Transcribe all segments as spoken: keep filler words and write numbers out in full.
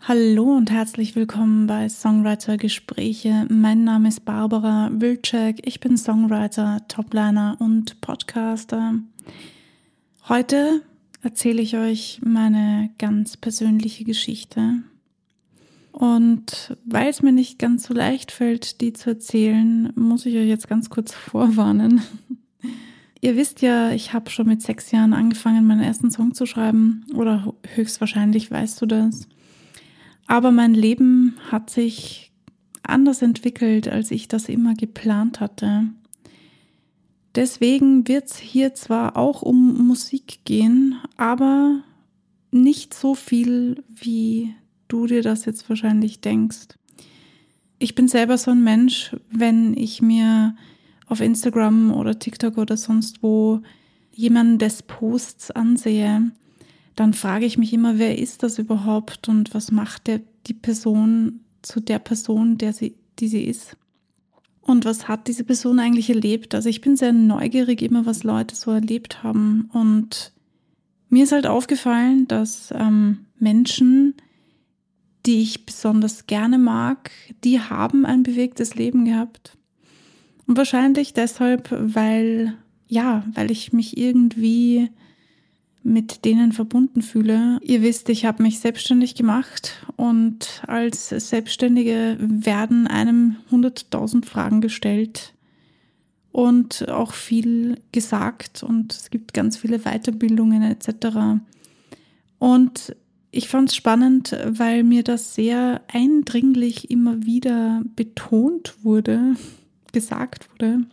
Hallo und herzlich willkommen bei Songwriter Gespräche. Mein Name ist Barbara Wilczek. Ich bin Songwriter, Topliner und Podcaster. Heute erzähle ich euch meine ganz persönliche Geschichte. Und weil es mir nicht ganz so leicht fällt, die zu erzählen, muss ich euch jetzt ganz kurz vorwarnen. Ihr wisst ja, ich habe schon mit sechs Jahren angefangen, meinen ersten Song zu schreiben. Oder höchstwahrscheinlich weißt du das. Aber mein Leben hat sich anders entwickelt, als ich das immer geplant hatte. Deswegen wird es hier zwar auch um Musik gehen, aber nicht so viel, wie du dir das jetzt wahrscheinlich denkst. Ich bin selber so ein Mensch, wenn ich mir auf Instagram oder TikTok oder sonst wo jemanden des Posts ansehe, dann frage ich mich immer, wer ist das überhaupt und was macht der, die Person zu der Person, der sie, die sie ist? Und was hat diese Person eigentlich erlebt? Also ich bin sehr neugierig immer, was Leute so erlebt haben. Und mir ist halt aufgefallen, dass ähm, Menschen, die ich besonders gerne mag, die haben ein bewegtes Leben gehabt. Und wahrscheinlich deshalb, weil, ja, weil ich mich irgendwie mit denen verbunden fühle. Ihr wisst, ich habe mich selbstständig gemacht und als Selbstständige werden einem hunderttausend Fragen gestellt und auch viel gesagt und es gibt ganz viele Weiterbildungen et cetera. Und ich fand es spannend, weil mir das sehr eindringlich immer wieder betont wurde, gesagt wurde.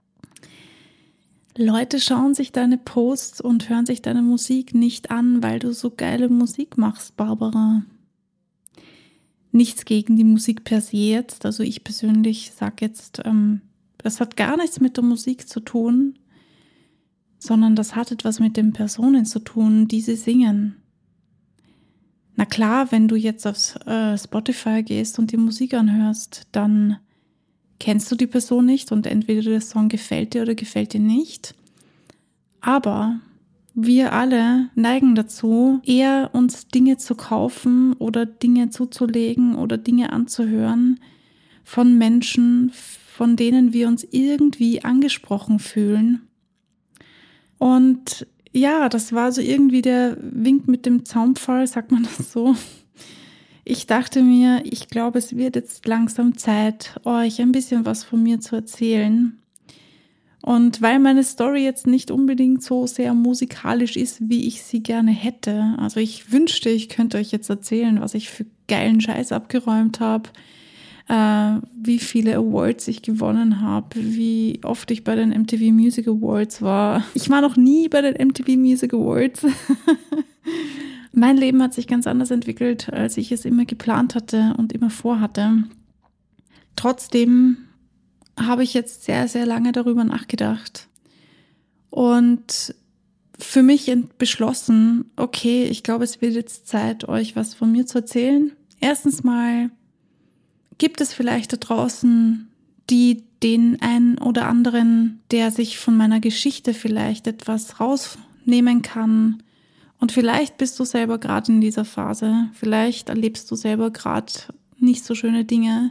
Leute schauen sich deine Posts und hören sich deine Musik nicht an, weil du so geile Musik machst, Barbara. Nichts gegen die Musik per se jetzt. Also ich persönlich sage jetzt, ähm, das hat gar nichts mit der Musik zu tun, sondern das hat etwas mit den Personen zu tun, die sie singen. Na klar, wenn du jetzt auf äh, Spotify gehst und die Musik anhörst, dann kennst du die Person nicht und entweder der Song gefällt dir oder gefällt dir nicht. Aber wir alle neigen dazu, eher uns Dinge zu kaufen oder Dinge zuzulegen oder Dinge anzuhören von Menschen, von denen wir uns irgendwie angesprochen fühlen. Und ja, das war so irgendwie der Wink mit dem Zaunpfahl, sagt man das so. Ich dachte mir, ich glaube, es wird jetzt langsam Zeit, euch ein bisschen was von mir zu erzählen. Und weil meine Story jetzt nicht unbedingt so sehr musikalisch ist, wie ich sie gerne hätte, also ich wünschte, ich könnte euch jetzt erzählen, was ich für geilen Scheiß abgeräumt habe, äh, wie viele Awards ich gewonnen habe, wie oft ich bei den M T V Music Awards war. Ich war noch nie bei den M T V Music Awards. Mein Leben hat sich ganz anders entwickelt, als ich es immer geplant hatte und immer vorhatte. Trotzdem habe ich jetzt sehr, sehr lange darüber nachgedacht und für mich beschlossen, okay, ich glaube, es wird jetzt Zeit, euch was von mir zu erzählen. Erstens mal gibt es vielleicht da draußen die den einen oder anderen, der sich von meiner Geschichte vielleicht etwas rausnehmen kann. Und vielleicht bist du selber gerade in dieser Phase, vielleicht erlebst du selber gerade nicht so schöne Dinge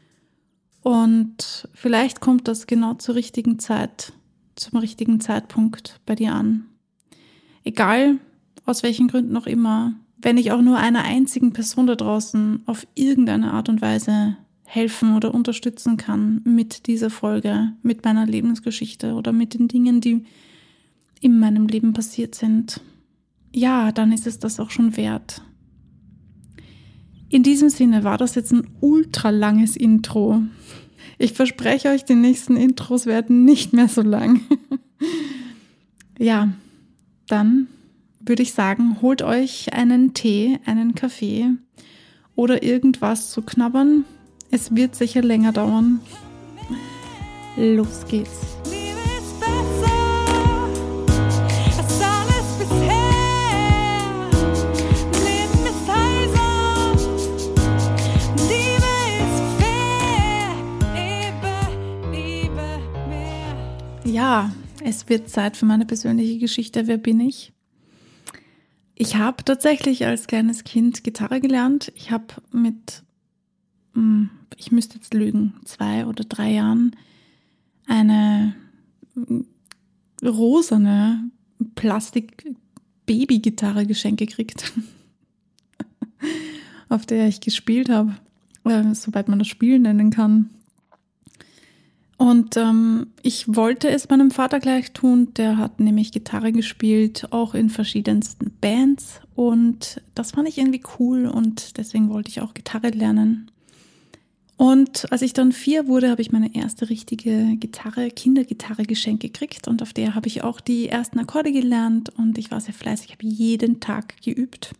und vielleicht kommt das genau zur richtigen Zeit, zum richtigen Zeitpunkt bei dir an. Egal, aus welchen Gründen auch immer, wenn ich auch nur einer einzigen Person da draußen auf irgendeine Art und Weise helfen oder unterstützen kann mit dieser Folge, mit meiner Lebensgeschichte oder mit den Dingen, die in meinem Leben passiert sind, ja, dann ist es das auch schon wert. In diesem Sinne war das jetzt ein ultra langes Intro. Ich verspreche euch, die nächsten Intros werden nicht mehr so lang. Ja, dann würde ich sagen, holt euch einen Tee, einen Kaffee oder irgendwas zu knabbern. Es wird sicher länger dauern. Los geht's. Ja, es wird Zeit für meine persönliche Geschichte. Wer bin ich? Ich habe tatsächlich als kleines Kind Gitarre gelernt. Ich habe mit, ich müsste jetzt lügen, zwei oder drei Jahren eine rosane Plastik-Baby-Gitarre geschenkt gekriegt, auf der ich gespielt habe, äh, soweit man das Spiel nennen kann. Und ähm, ich wollte es meinem Vater gleich tun, der hat nämlich Gitarre gespielt, auch in verschiedensten Bands, und das fand ich irgendwie cool und deswegen wollte ich auch Gitarre lernen. Und als ich dann vier wurde, habe ich meine erste richtige Gitarre, Kindergitarre geschenkt gekriegt, und auf der habe ich auch die ersten Akkorde gelernt und ich war sehr fleißig, ich habe jeden Tag geübt.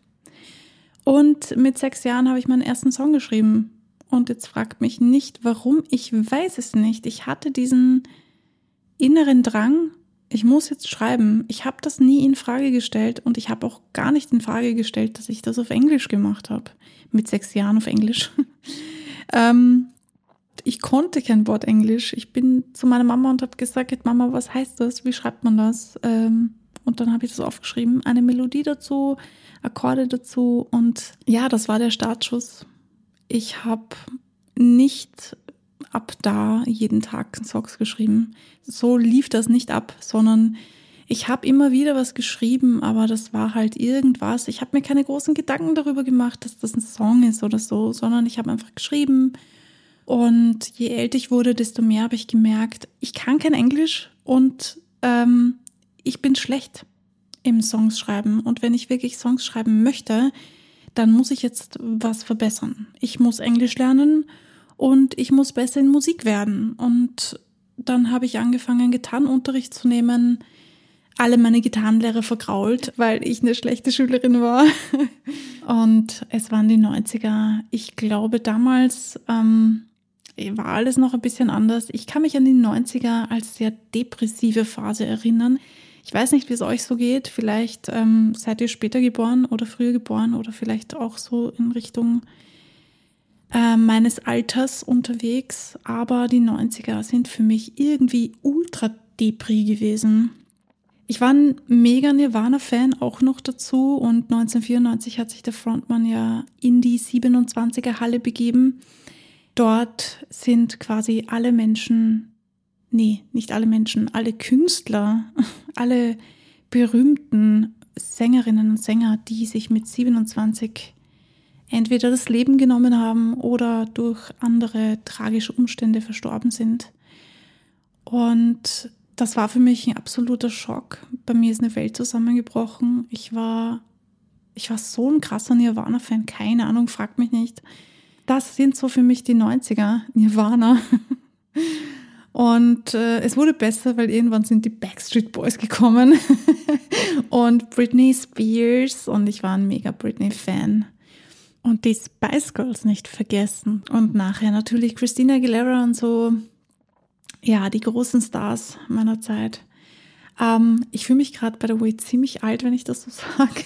Und mit sechs Jahren habe ich meinen ersten Song geschrieben. Und jetzt fragt mich nicht, warum, ich weiß es nicht. Ich hatte diesen inneren Drang, ich muss jetzt schreiben. Ich habe das nie in Frage gestellt und ich habe auch gar nicht in Frage gestellt, dass ich das auf Englisch gemacht habe. Mit sechs Jahren auf Englisch. ähm, ich konnte kein Wort Englisch. Ich bin zu meiner Mama und habe gesagt, Mama, was heißt das? Wie schreibt man das? Ähm, und dann habe ich das aufgeschrieben, eine Melodie dazu, Akkorde dazu, und ja, das war der Startschuss. Ich habe nicht ab da jeden Tag Songs geschrieben. So lief das nicht ab, sondern ich habe immer wieder was geschrieben, aber das war halt irgendwas. Ich habe mir keine großen Gedanken darüber gemacht, dass das ein Song ist oder so, sondern ich habe einfach geschrieben. Und je älter ich wurde, desto mehr habe ich gemerkt, ich kann kein Englisch und ähm, ich bin schlecht im Songs schreiben. Und wenn ich wirklich Songs schreiben möchte, dann muss ich jetzt was verbessern. Ich muss Englisch lernen und ich muss besser in Musik werden. Und dann habe ich angefangen, Gitarrenunterricht zu nehmen, alle meine Gitarrenlehrer vergrault, weil ich eine schlechte Schülerin war. Und es waren die neunziger. Ich glaube, damals ähm, war alles noch ein bisschen anders. Ich kann mich an die neunziger als sehr depressive Phase erinnern. Ich weiß nicht, wie es euch so geht. Vielleicht ähm, seid ihr später geboren oder früher geboren oder vielleicht auch so in Richtung äh, meines Alters unterwegs. Aber die neunziger sind für mich irgendwie ultra depri gewesen. Ich war ein mega Nirvana-Fan auch noch dazu, und neunzehnhundertvierundneunzig hat sich der Frontmann ja in die siebenundzwanziger Halle begeben. Dort sind quasi alle Menschen... Nee, nicht alle Menschen, alle Künstler, alle berühmten Sängerinnen und Sänger, die sich mit siebenundzwanzig entweder das Leben genommen haben oder durch andere tragische Umstände verstorben sind. Und das war für mich ein absoluter Schock. Bei mir ist eine Welt zusammengebrochen. Ich war, ich war so ein krasser Nirvana-Fan, keine Ahnung, fragt mich nicht. Das sind so für mich die neunziger, Nirvana. Und äh, es wurde besser, weil irgendwann sind die Backstreet Boys gekommen und Britney Spears, und ich war ein mega Britney-Fan. Und die Spice Girls nicht vergessen. Und nachher natürlich Christina Aguilera und so, ja, die großen Stars meiner Zeit. Ähm, ich fühle mich gerade, by the way, ziemlich alt, wenn ich das so sage.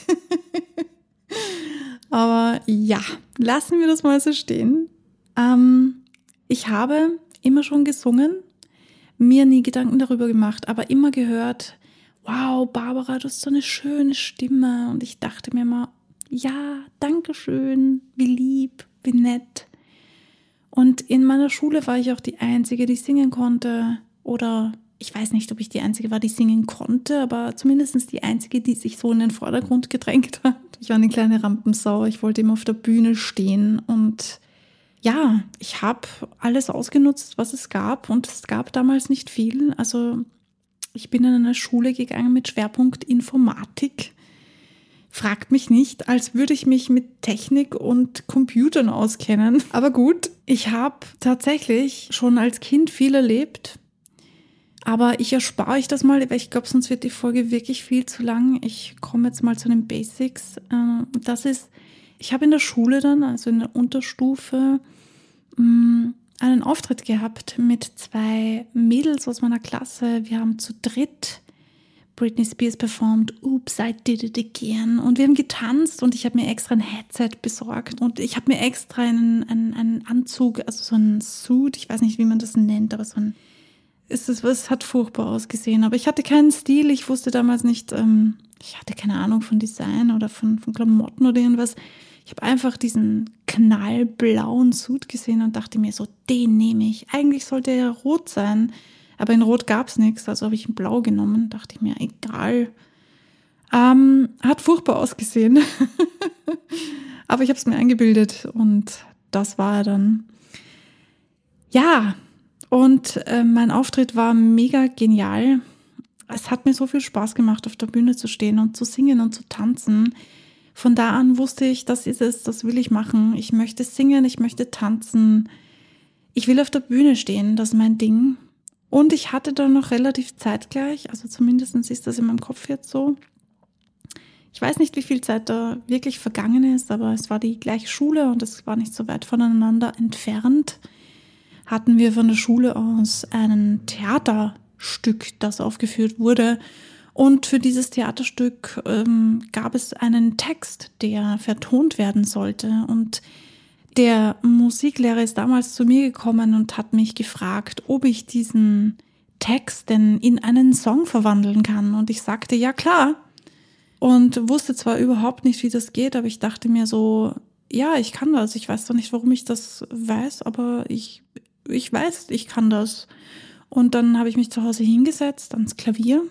Aber ja, lassen wir das mal so stehen. Ähm, ich habe immer schon gesungen, mir nie Gedanken darüber gemacht, aber immer gehört, wow, Barbara, du hast so eine schöne Stimme. Und ich dachte mir immer, ja, danke schön, wie lieb, wie nett. Und in meiner Schule war ich auch die Einzige, die singen konnte. Oder ich weiß nicht, ob ich die Einzige war, die singen konnte, aber zumindest die Einzige, die sich so in den Vordergrund gedrängt hat. Ich war eine kleine Rampensau, ich wollte immer auf der Bühne stehen, und ja, ich habe alles ausgenutzt, was es gab, und es gab damals nicht viel. Also ich bin in eine Schule gegangen mit Schwerpunkt Informatik. Fragt mich nicht, als würde ich mich mit Technik und Computern auskennen. Aber gut, ich habe tatsächlich schon als Kind viel erlebt. Aber ich erspare euch das mal, weil ich glaube, sonst wird die Folge wirklich viel zu lang. Ich komme jetzt mal zu den Basics. Das ist, ich habe in der Schule dann, also in der Unterstufe, einen Auftritt gehabt mit zwei Mädels aus meiner Klasse. Wir haben zu dritt Britney Spears performt, Oops, I Did It Again. Und wir haben getanzt, und ich habe mir extra ein Headset besorgt. Und ich habe mir extra einen, einen, einen Anzug, also so einen Suit, ich weiß nicht, wie man das nennt, aber so ein es, ist, es hat furchtbar ausgesehen. Aber ich hatte keinen Stil. Ich wusste damals nicht, ähm, ich hatte keine Ahnung von Design oder von, von Klamotten oder irgendwas. Ich habe einfach diesen knallblauen Suit gesehen und dachte mir so, den nehme ich. Eigentlich sollte er rot sein, aber in Rot gab es nichts, also habe ich ihn blau genommen. Dachte ich mir, egal. Ähm, hat furchtbar ausgesehen, aber ich habe es mir eingebildet und das war er dann. Ja, und äh, mein Auftritt war mega genial. Es hat mir so viel Spaß gemacht, auf der Bühne zu stehen und zu singen und zu tanzen. Von da an wusste ich, das ist es, das will ich machen. Ich möchte singen, ich möchte tanzen. Ich will auf der Bühne stehen, das ist mein Ding. Und ich hatte dann noch relativ zeitgleich, also zumindest ist das in meinem Kopf jetzt so. Ich weiß nicht, wie viel Zeit da wirklich vergangen ist, aber es war die gleiche Schule und es war nicht so weit voneinander entfernt. Hatten wir von der Schule aus ein Theaterstück, das aufgeführt wurde. Und für dieses Theaterstück ähm, gab es einen Text, der vertont werden sollte. Und der Musiklehrer ist damals zu mir gekommen und hat mich gefragt, ob ich diesen Text denn in einen Song verwandeln kann. Und ich sagte, ja klar. Und wusste zwar überhaupt nicht, wie das geht, aber ich dachte mir so, ja, ich kann das. Ich weiß doch nicht, warum ich das weiß, aber ich, ich weiß, ich kann das. Und dann habe ich mich zu Hause hingesetzt ans Klavier.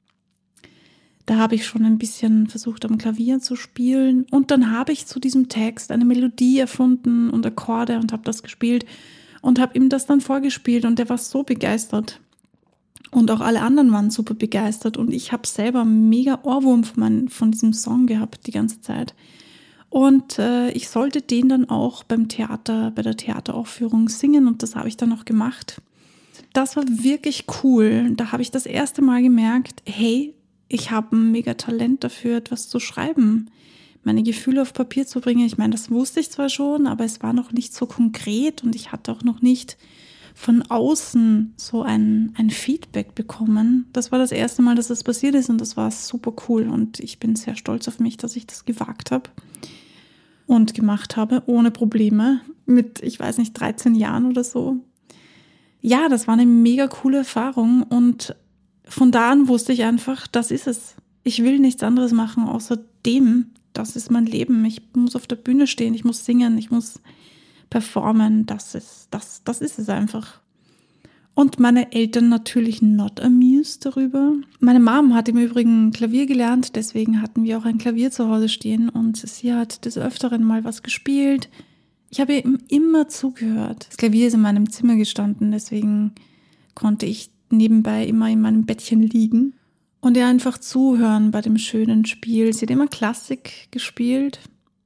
Da habe ich schon ein bisschen versucht, am Klavier zu spielen. Und dann habe ich zu diesem Text eine Melodie erfunden und Akkorde und habe das gespielt und habe ihm das dann vorgespielt. Und er war so begeistert. Und auch alle anderen waren super begeistert. Und ich habe selber mega Ohrwurm von, mein, von diesem Song gehabt die ganze Zeit. Und äh, ich sollte den dann auch beim Theater, bei der Theateraufführung singen. Und das habe ich dann auch gemacht. Das war wirklich cool. Da habe ich das erste Mal gemerkt, hey, ich habe ein mega Talent dafür, etwas zu schreiben, meine Gefühle auf Papier zu bringen. Ich meine, das wusste ich zwar schon, aber es war noch nicht so konkret und ich hatte auch noch nicht von außen so ein, ein Feedback bekommen. Das war das erste Mal, dass das passiert ist und das war super cool und ich bin sehr stolz auf mich, dass ich das gewagt habe und gemacht habe, ohne Probleme, mit, ich weiß nicht, dreizehn Jahren oder so. Ja, das war eine mega coole Erfahrung und von da an wusste ich einfach, das ist es. Ich will nichts anderes machen, außer dem. Das ist mein Leben. Ich muss auf der Bühne stehen, ich muss singen, ich muss performen. Das ist, das, das ist es einfach. Und meine Eltern natürlich not amused darüber. Meine Mom hat im Übrigen Klavier gelernt, deswegen hatten wir auch ein Klavier zu Hause stehen und sie hat des Öfteren mal was gespielt. Ich habe ihr immer zugehört. Das Klavier ist in meinem Zimmer gestanden, deswegen konnte ich nebenbei immer in meinem Bettchen liegen und ihr einfach zuhören bei dem schönen Spiel. Sie hat immer Klassik gespielt,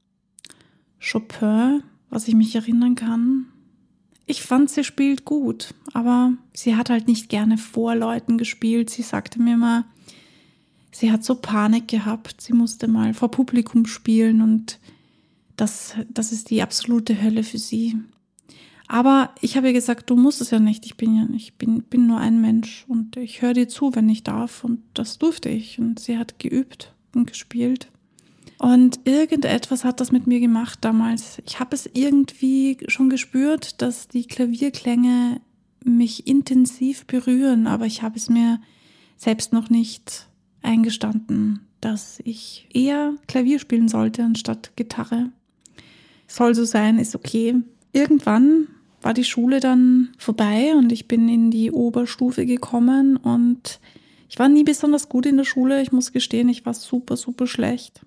Chopin, was ich mich erinnern kann. Ich fand, sie spielt gut, aber sie hat halt nicht gerne vor Leuten gespielt. Sie sagte mir immer, sie hat so Panik gehabt, sie musste mal vor Publikum spielen und das, das ist die absolute Hölle für sie. Aber ich habe ihr gesagt, du musst es ja nicht, ich bin ja ich bin, bin nur ein Mensch und ich höre dir zu, wenn ich darf und das durfte ich und sie hat geübt und gespielt und irgendetwas hat das mit mir gemacht damals. Ich habe es irgendwie schon gespürt, dass die Klavierklänge mich intensiv berühren, aber ich habe es mir selbst noch nicht eingestanden, dass ich eher Klavier spielen sollte anstatt Gitarre. Soll so sein, ist okay. Irgendwann war die Schule dann vorbei und ich bin in die Oberstufe gekommen und ich war nie besonders gut in der Schule. Ich muss gestehen, ich war super, super schlecht.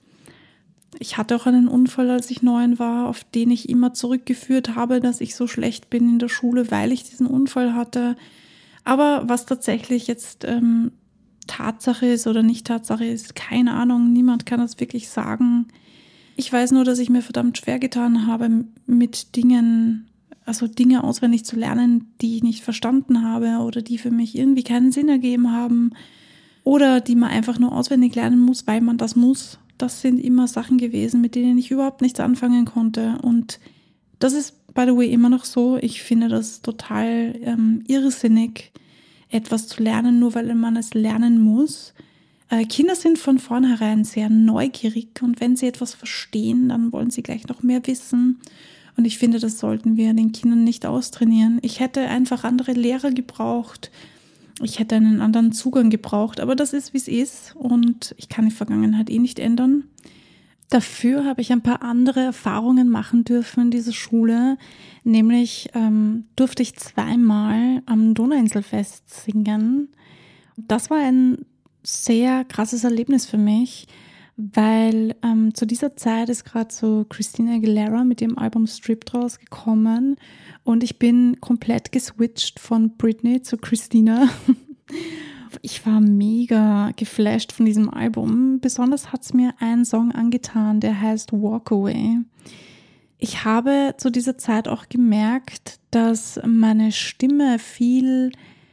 Ich hatte auch einen Unfall, als ich neun war, auf den ich immer zurückgeführt habe, dass ich so schlecht bin in der Schule, weil ich diesen Unfall hatte. Aber was tatsächlich jetzt ähm, Tatsache ist oder nicht Tatsache ist, keine Ahnung, niemand kann das wirklich sagen. Ich weiß nur, dass ich mir verdammt schwer getan habe, mit Dingen, also Dinge auswendig zu lernen, die ich nicht verstanden habe oder die für mich irgendwie keinen Sinn ergeben haben oder die man einfach nur auswendig lernen muss, weil man das muss. Das sind immer Sachen gewesen, mit denen ich überhaupt nichts anfangen konnte und das ist, by the way, immer noch so. Ich finde das total ähm, irrsinnig, etwas zu lernen, nur weil man es lernen muss. Kinder sind von vornherein sehr neugierig und wenn sie etwas verstehen, dann wollen sie gleich noch mehr wissen. Und ich finde, das sollten wir den Kindern nicht austrainieren. Ich hätte einfach andere Lehrer gebraucht. Ich hätte einen anderen Zugang gebraucht. Aber das ist, wie es ist. Und ich kann die Vergangenheit eh nicht ändern. Dafür habe ich ein paar andere Erfahrungen machen dürfen in dieser Schule. Nämlich ähm, durfte ich zweimal am Donauinselfest singen. Das war ein sehr krasses Erlebnis für mich, weil ähm, zu dieser Zeit ist gerade so Christina Aguilera mit ihrem Album Stripped rausgekommen und ich bin komplett geswitcht von Britney zu Christina. Ich war mega geflasht von diesem Album. Besonders hat es mir einen Song angetan, der heißt Walk Away. Ich habe zu dieser Zeit auch gemerkt, dass meine Stimme viel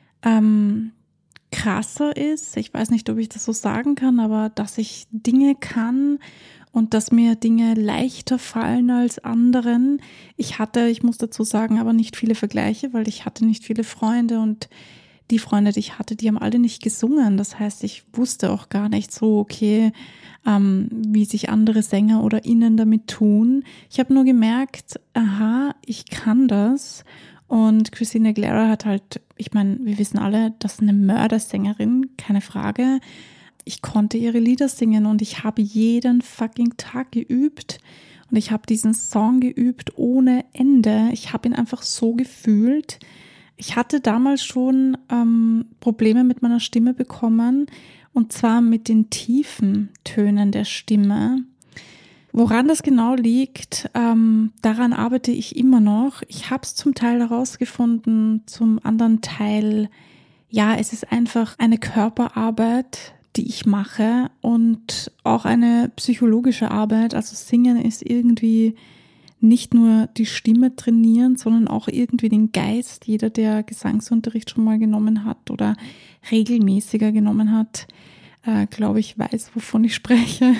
ähm, krasser ist. Ich weiß nicht, ob ich das so sagen kann, aber dass ich Dinge kann und dass mir Dinge leichter fallen als anderen. Ich hatte, ich muss dazu sagen, aber nicht viele Vergleiche, weil ich hatte nicht viele Freunde und die Freunde, die ich hatte, die haben alle nicht gesungen. Das heißt, ich wusste auch gar nicht so, okay, ähm, wie sich andere Sänger oder Innen damit tun. Ich habe nur gemerkt, aha, ich kann das. Und Christina Aguilera hat halt, ich meine, wir wissen alle, das ist eine Mördersängerin, keine Frage. Ich konnte ihre Lieder singen und ich habe jeden fucking Tag geübt. Und ich habe diesen Song geübt ohne Ende. Ich habe ihn einfach so gefühlt. Ich hatte damals schon ähm, Probleme mit meiner Stimme bekommen. Und zwar mit den tiefen Tönen der Stimme. Woran das genau liegt, ähm, daran arbeite ich immer noch. Ich habe es zum Teil herausgefunden, zum anderen Teil, ja, es ist einfach eine Körperarbeit, die ich mache und auch eine psychologische Arbeit. Also Singen ist irgendwie nicht nur die Stimme trainieren, sondern auch irgendwie den Geist. Jeder, der Gesangsunterricht schon mal genommen hat oder regelmäßiger genommen hat, äh, glaube ich, weiß, wovon ich spreche.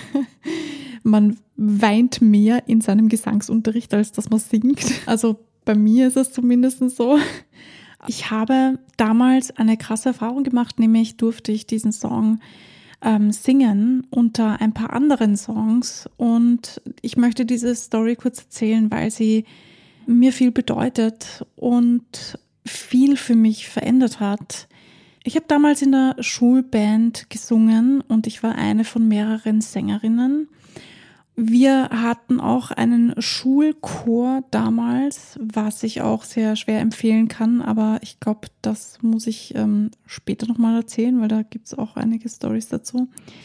Man weint mehr in seinem Gesangsunterricht, als dass man singt. Also bei mir ist es zumindest so. Ich habe damals eine krasse Erfahrung gemacht, nämlich durfte ich diesen Song ähm, singen unter ein paar anderen Songs. Und ich möchte diese Story kurz erzählen, weil sie mir viel bedeutet und viel für mich verändert hat. Ich habe damals in der Schulband gesungen und ich war eine von mehreren Sängerinnen. Wir hatten auch einen Schulchor damals, was ich auch sehr schwer empfehlen kann, aber ich glaube, das muss ich ähm, später nochmal erzählen, weil da gibt es auch einige Storys dazu.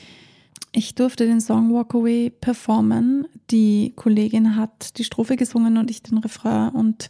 Ich durfte den Song Walk Away performen. Die Kollegin hat die Strophe gesungen und ich den Refrain. Und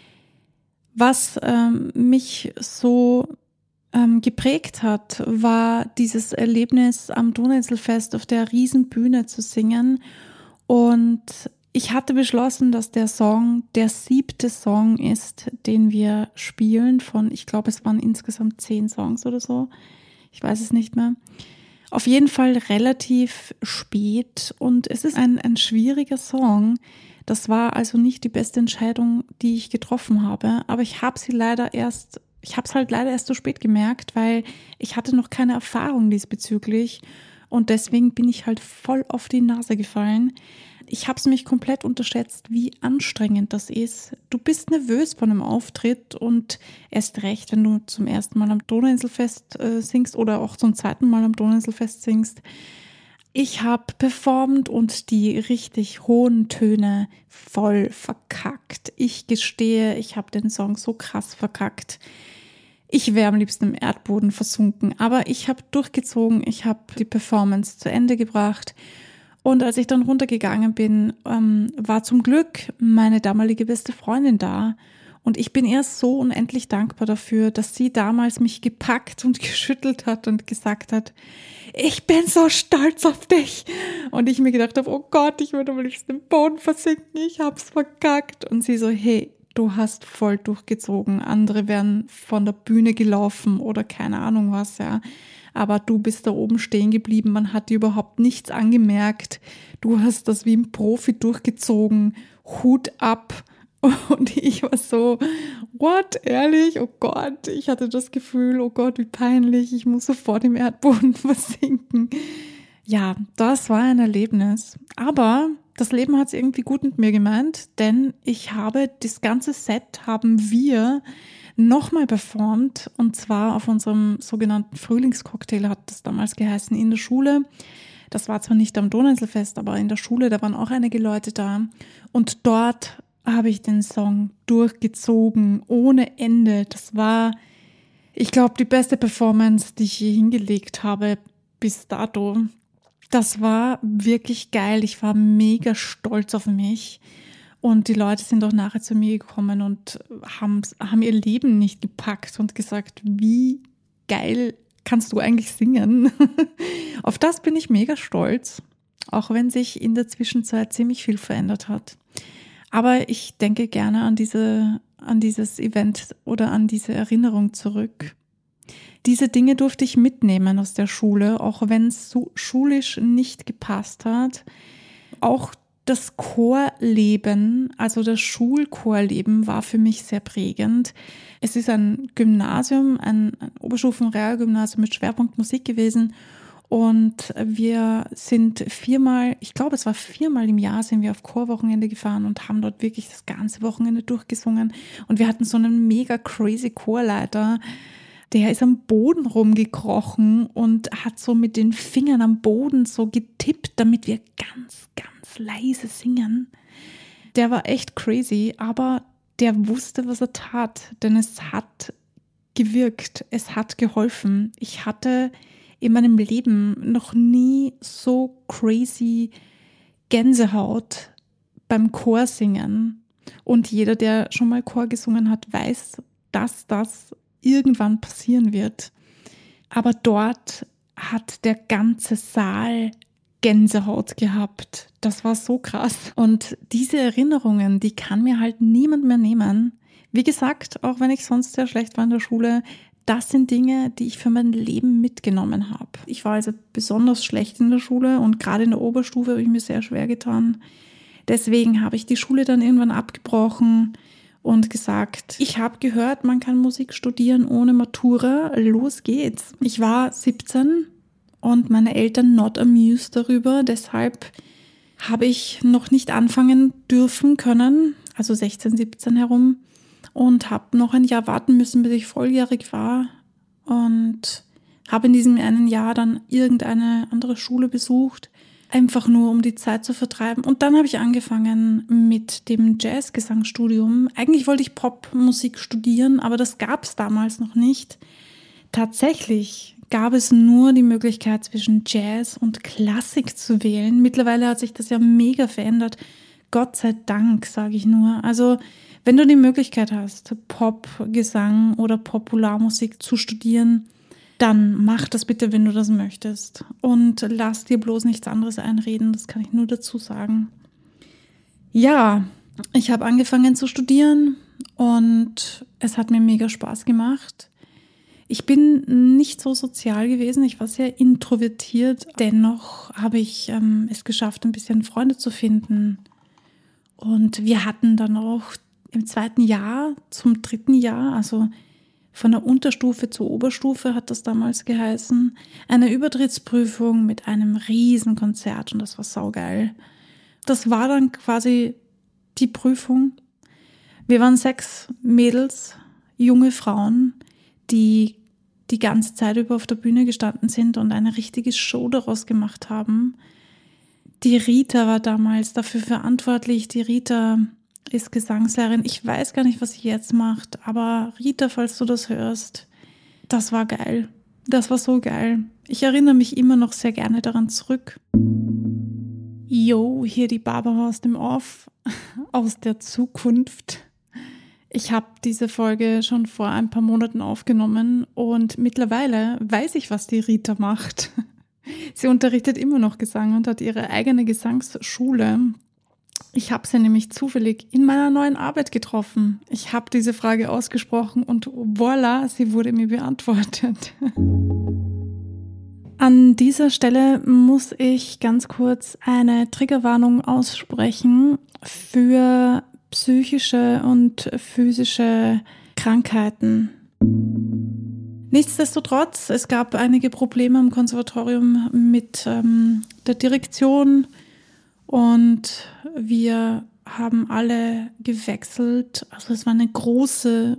was ähm, mich so ähm, geprägt hat, war dieses Erlebnis am Donauinselfest auf der Riesenbühne zu singen. Und ich hatte beschlossen, dass der Song der siebte Song ist, den wir spielen von, ich glaube, es waren insgesamt zehn Songs oder so. Ich weiß es nicht mehr. Auf jeden Fall relativ spät und es ist ein, ein schwieriger Song. Das war also nicht die beste Entscheidung, die ich getroffen habe, aber ich habe sie leider erst, ich habe es halt leider erst so spät gemerkt, weil ich hatte noch keine Erfahrung diesbezüglich. Und deswegen bin ich halt voll auf die Nase gefallen. Ich habe es mich komplett unterschätzt, wie anstrengend das ist. Du bist nervös vor einem Auftritt und erst recht, wenn du zum ersten Mal am Donauinselfest äh, singst oder auch zum zweiten Mal am Donauinselfest singst. Ich habe performt und die richtig hohen Töne voll verkackt. Ich gestehe, ich habe den Song so krass verkackt. Ich wäre am liebsten im Erdboden versunken, aber ich habe durchgezogen, ich habe die Performance zu Ende gebracht und als ich dann runtergegangen bin, ähm, war zum Glück meine damalige beste Freundin da und ich bin ihr so unendlich dankbar dafür, dass sie damals mich gepackt und geschüttelt hat und gesagt hat, ich bin so stolz auf dich und ich mir gedacht habe, oh Gott, ich würde am liebsten im Boden versinken, ich hab's verkackt und sie so, hey, du hast voll durchgezogen, andere wären von der Bühne gelaufen oder keine Ahnung was, ja. Aber du bist da oben stehen geblieben, man hat dir überhaupt nichts angemerkt. Du hast das wie ein Profi durchgezogen, Hut ab. Und ich war so, what, ehrlich? Oh Gott, ich hatte das Gefühl, oh Gott, wie peinlich, ich muss sofort im Erdboden versinken. Ja, das war ein Erlebnis. Aber das Leben hat es irgendwie gut mit mir gemeint, denn ich habe das ganze Set haben wir nochmal performt und zwar auf unserem sogenannten Frühlingscocktail, hat das damals geheißen, in der Schule. Das war zwar nicht am Donauinselfest, aber in der Schule, da waren auch einige Leute da und dort habe ich den Song durchgezogen, ohne Ende. Das war, ich glaube, die beste Performance, die ich je hingelegt habe bis dato. Das war wirklich geil. Ich war mega stolz auf mich. Und die Leute sind auch nachher zu mir gekommen und haben, haben ihr Leben nicht gepackt und gesagt, wie geil kannst du eigentlich singen? Auf das bin ich mega stolz, auch wenn sich in der Zwischenzeit ziemlich viel verändert hat. Aber ich denke gerne an diese, an dieses Event oder an diese Erinnerung zurück. Diese Dinge durfte ich mitnehmen aus der Schule, auch wenn es so schulisch nicht gepasst hat. Auch das Chorleben, also das Schulchorleben war für mich sehr prägend. Es ist ein Gymnasium, ein, ein Oberstufenrealgymnasium mit Schwerpunkt Musik gewesen und wir sind viermal, ich glaube es war viermal im Jahr, sind wir auf Chorwochenende gefahren und haben dort wirklich das ganze Wochenende durchgesungen und wir hatten so einen mega crazy Chorleiter, der ist am Boden rumgekrochen und hat so mit den Fingern am Boden so getippt, damit wir ganz, ganz leise singen. Der war echt crazy, aber der wusste, was er tat, denn es hat gewirkt, es hat geholfen. Ich hatte in meinem Leben noch nie so crazy Gänsehaut beim Chorsingen. Und jeder, der schon mal Chor gesungen hat, weiß, dass das irgendwann passieren wird. Aber dort hat der ganze Saal Gänsehaut gehabt. Das war so krass. Und diese Erinnerungen, die kann mir halt niemand mehr nehmen. Wie gesagt, auch wenn ich sonst sehr schlecht war in der Schule, das sind Dinge, die ich für mein Leben mitgenommen habe. Ich war also besonders schlecht in der Schule und gerade in der Oberstufe habe ich mir sehr schwer getan. Deswegen habe ich die Schule dann irgendwann abgebrochen und gesagt, ich habe gehört, man kann Musik studieren ohne Matura, los geht's. Ich war siebzehn und meine Eltern not amused darüber, deshalb habe ich noch nicht anfangen dürfen können, also sechzehn, siebzehn herum, und habe noch ein Jahr warten müssen, bis ich volljährig war und habe in diesem einen Jahr dann irgendeine andere Schule besucht, einfach nur um die Zeit zu vertreiben. Und dann habe ich angefangen mit dem Jazzgesangsstudium. Eigentlich wollte ich Popmusik studieren, aber das gab es damals noch nicht. Tatsächlich gab es nur die Möglichkeit, zwischen Jazz und Klassik zu wählen. Mittlerweile hat sich das ja mega verändert. Gott sei Dank, sage ich nur. Also wenn du die Möglichkeit hast, Pop, Gesang oder Popularmusik zu studieren, dann mach das bitte, wenn du das möchtest. Und lass dir bloß nichts anderes einreden, das kann ich nur dazu sagen. Ja, ich habe angefangen zu studieren und es hat mir mega Spaß gemacht. Ich bin nicht so sozial gewesen, ich war sehr introvertiert. Dennoch habe ich ähm, es geschafft, ein bisschen Freunde zu finden. Und wir hatten dann auch im zweiten Jahr zum dritten Jahr, also von der Unterstufe zur Oberstufe hat das damals geheißen, eine Übertrittsprüfung mit einem riesen Konzert und das war saugeil. Das war dann quasi die Prüfung. Wir waren sechs Mädels, junge Frauen, die die ganze Zeit über auf der Bühne gestanden sind und eine richtige Show daraus gemacht haben. Die Rita war damals dafür verantwortlich. Die Rita ist Gesangslehrerin. Ich weiß gar nicht, was sie jetzt macht, aber Rita, falls du das hörst, das war geil. Das war so geil. Ich erinnere mich immer noch sehr gerne daran zurück. Yo, hier die Barbara aus dem Off, aus der Zukunft. Ich habe diese Folge schon vor ein paar Monaten aufgenommen und mittlerweile weiß ich, was die Rita macht. Sie unterrichtet immer noch Gesang und hat ihre eigene Gesangsschule. Ich habe sie nämlich zufällig in meiner neuen Arbeit getroffen. Ich habe diese Frage ausgesprochen und voilà, sie wurde mir beantwortet. An dieser Stelle muss ich ganz kurz eine Triggerwarnung aussprechen für psychische und physische Krankheiten. Nichtsdestotrotz, es gab einige Probleme am Konservatorium mit ähm, der Direktion Und wir haben alle gewechselt. Also es war eine große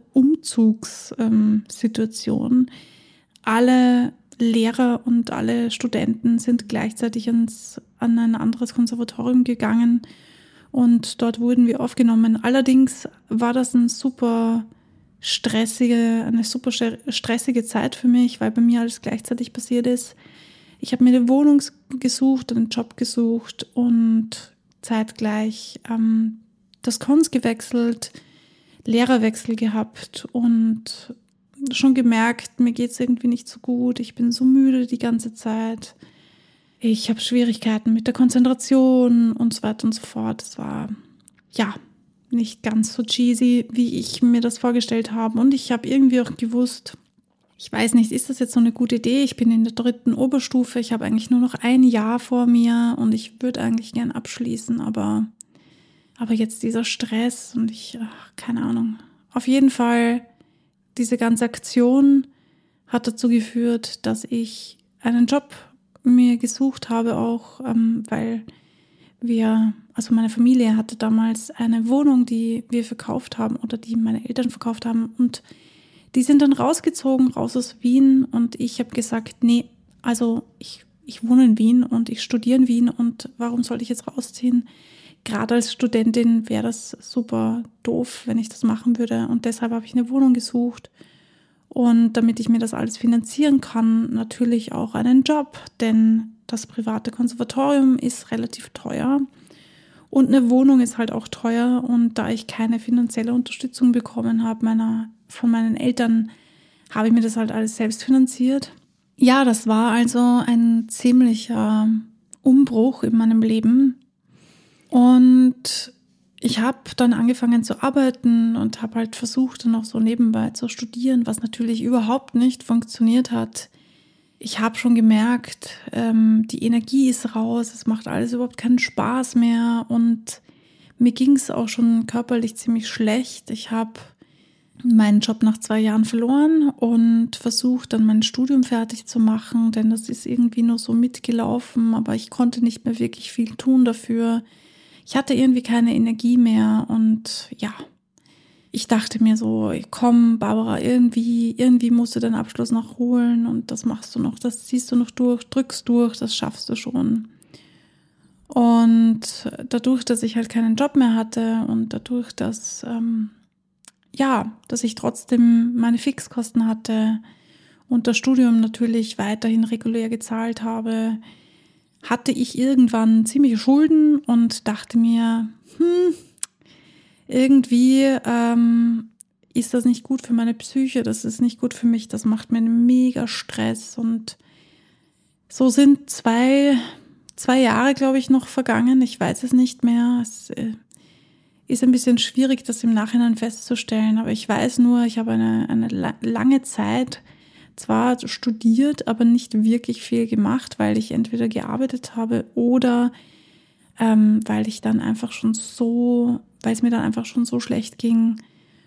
Umzugssituation. Alle Lehrer und alle Studenten sind gleichzeitig ins, an ein anderes Konservatorium gegangen und dort wurden wir aufgenommen. Allerdings war das ein super stressige, eine super stressige Zeit für mich, weil bei mir alles gleichzeitig passiert ist. Ich habe mir eine Wohnung gesucht, einen Job gesucht und zeitgleich ähm, das Kons gewechselt, Lehrerwechsel gehabt und schon gemerkt, mir geht es irgendwie nicht so gut. Ich bin so müde die ganze Zeit. Ich habe Schwierigkeiten mit der Konzentration und so weiter und so fort. Es war, ja, nicht ganz so cheesy, wie ich mir das vorgestellt habe. Und ich habe irgendwie auch gewusst, ich weiß nicht, ist das jetzt so eine gute Idee? Ich bin in der dritten Oberstufe. Ich habe eigentlich nur noch ein Jahr vor mir und ich würde eigentlich gern abschließen. Aber, aber jetzt dieser Stress und ich, ach, keine Ahnung. Auf jeden Fall, diese ganze Aktion hat dazu geführt, dass ich einen Job mir gesucht habe, auch ähm, weil wir, also meine Familie hatte damals eine Wohnung, die wir verkauft haben oder die meine Eltern verkauft haben und die sind dann rausgezogen, raus aus Wien und ich habe gesagt, nee, also ich, ich wohne in Wien und ich studiere in Wien und warum sollte ich jetzt rausziehen? Gerade als Studentin wäre das super doof, wenn ich das machen würde und deshalb habe ich eine Wohnung gesucht und damit ich mir das alles finanzieren kann, natürlich auch einen Job, denn das private Konservatorium ist relativ teuer und eine Wohnung ist halt auch teuer und da ich keine finanzielle Unterstützung bekommen habe meiner, von meinen Eltern, habe ich mir das halt alles selbst finanziert. Ja, das war also ein ziemlicher Umbruch in meinem Leben und ich habe dann angefangen zu arbeiten und habe halt versucht, dann auch so nebenbei zu studieren, was natürlich überhaupt nicht funktioniert hat. Ich habe schon gemerkt, ähm, die Energie ist raus, es macht alles überhaupt keinen Spaß mehr und mir ging es auch schon körperlich ziemlich schlecht. Ich habe meinen Job nach zwei Jahren verloren und versucht dann mein Studium fertig zu machen, denn das ist irgendwie nur so mitgelaufen, aber ich konnte nicht mehr wirklich viel tun dafür. Ich hatte irgendwie keine Energie mehr und ja, ich dachte mir so, komm Barbara, irgendwie, irgendwie musst du deinen Abschluss noch holen und das machst du noch, das ziehst du noch durch, drückst durch, das schaffst du schon. Und dadurch, dass ich halt keinen Job mehr hatte und dadurch, dass, ähm, ja, dass ich trotzdem meine Fixkosten hatte und das Studium natürlich weiterhin regulär gezahlt habe, hatte ich irgendwann ziemliche Schulden und dachte mir, hm, irgendwie ähm, ist das nicht gut für meine Psyche, das ist nicht gut für mich, das macht mir einen mega Stress und so sind zwei, zwei Jahre, glaube ich, noch vergangen, ich weiß es nicht mehr, es äh, ist ein bisschen schwierig, das im Nachhinein festzustellen, aber ich weiß nur, ich habe eine, eine lange Zeit zwar studiert, aber nicht wirklich viel gemacht, weil ich entweder gearbeitet habe oder ähm, weil ich dann einfach schon so, weil es mir dann einfach schon so schlecht ging.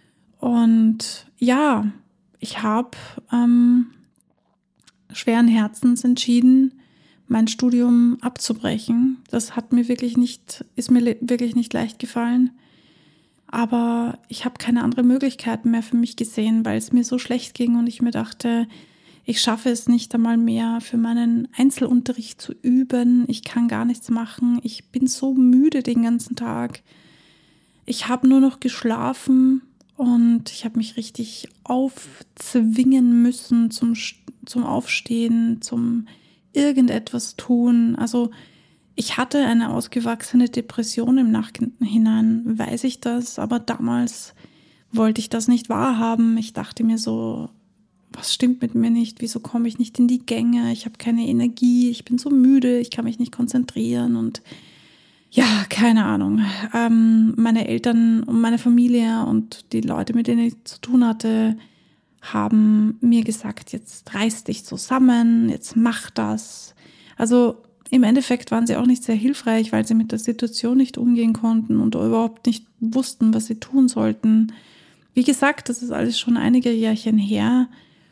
Und ja, ich habe ähm, schweren Herzens entschieden, mein Studium abzubrechen. Das hat mir wirklich nicht, ist mir wirklich nicht leicht gefallen. Aber ich habe keine andere Möglichkeit mehr für mich gesehen, weil es mir so schlecht ging und ich mir dachte, ich schaffe es nicht einmal mehr für meinen Einzelunterricht zu üben. Ich kann gar nichts machen. Ich bin so müde den ganzen Tag. Ich habe nur noch geschlafen und ich habe mich richtig aufzwingen müssen zum, zum Aufstehen, zum irgendetwas tun. Also ich hatte eine ausgewachsene Depression im Nachhinein, weiß ich das, aber damals wollte ich das nicht wahrhaben. Ich dachte mir so, was stimmt mit mir nicht? Wieso komme ich nicht in die Gänge? Ich habe keine Energie, ich bin so müde, ich kann mich nicht konzentrieren und ja, keine Ahnung. Ähm, meine Eltern und meine Familie und die Leute, mit denen ich zu tun hatte, haben mir gesagt, jetzt reiß dich zusammen, jetzt mach das. Also im Endeffekt waren sie auch nicht sehr hilfreich, weil sie mit der Situation nicht umgehen konnten und überhaupt nicht wussten, was sie tun sollten. Wie gesagt, das ist alles schon einige Jährchen her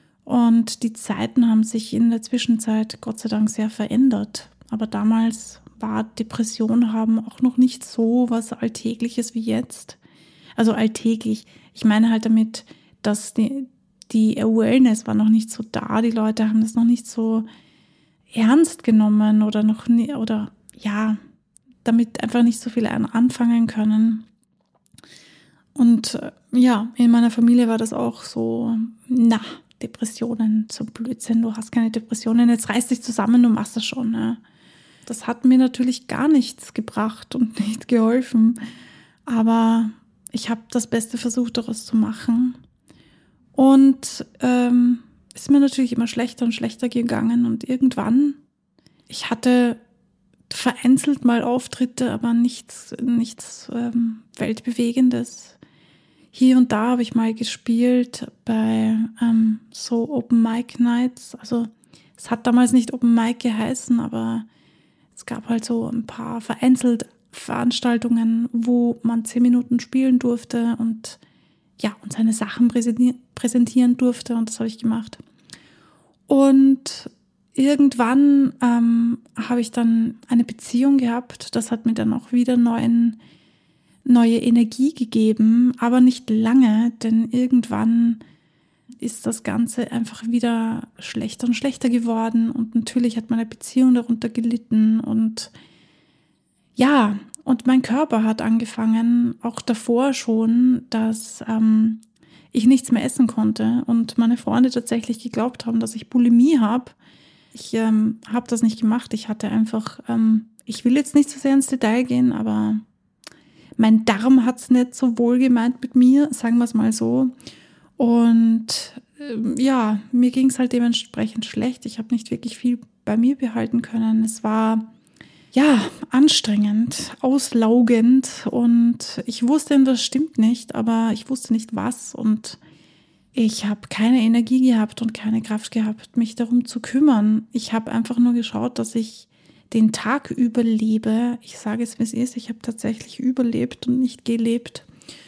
und die Zeiten haben sich in der Zwischenzeit Gott sei Dank sehr verändert. Aber damals war Depression haben auch noch nicht so was Alltägliches wie jetzt. Also alltäglich. Ich meine halt damit, dass die, die Awareness war noch nicht so da. Die Leute haben das noch nicht so ernst genommen oder noch nie, oder ja, damit einfach nicht so viel anfangen können. Und ja, in meiner Familie war das auch so, na, Depressionen, so Blödsinn, du hast keine Depressionen, jetzt reiß dich zusammen, du machst das schon. Ne? Das hat mir natürlich gar nichts gebracht und nicht geholfen, aber ich habe das Beste versucht, daraus zu machen. Und ähm, ist mir natürlich immer schlechter und schlechter gegangen und irgendwann, ich hatte vereinzelt mal Auftritte, aber nichts, nichts ähm, Weltbewegendes. Hier und da habe ich mal gespielt bei ähm, so Open Mic Nights. Also es hat damals nicht Open Mic geheißen, aber es gab halt so ein paar vereinzelt Veranstaltungen, wo man zehn Minuten spielen durfte und ja, und seine Sachen präsentieren durfte, und das habe ich gemacht. Und irgendwann ähm, habe ich dann eine Beziehung gehabt, das hat mir dann auch wieder neuen, neue Energie gegeben, aber nicht lange, denn irgendwann ist das Ganze einfach wieder schlechter und schlechter geworden und natürlich hat meine Beziehung darunter gelitten und ja, und mein Körper hat angefangen, auch davor schon, dass ähm, ich nichts mehr essen konnte und meine Freunde tatsächlich geglaubt haben, dass ich Bulimie habe. Ich ähm, habe das nicht gemacht. Ich hatte einfach, ähm, ich will jetzt nicht so sehr ins Detail gehen, aber mein Darm hat es nicht so wohl gemeint mit mir, sagen wir es mal so. Und ähm, ja, mir ging es halt dementsprechend schlecht. Ich habe nicht wirklich viel bei mir behalten können. Es war ja anstrengend, auslaugend und ich wusste, das stimmt nicht, aber ich wusste nicht was und ich habe keine Energie gehabt und keine Kraft gehabt, mich darum zu kümmern. Ich habe einfach nur geschaut, dass ich den Tag überlebe. Ich sage es, wie es ist. Ich habe tatsächlich überlebt und nicht gelebt.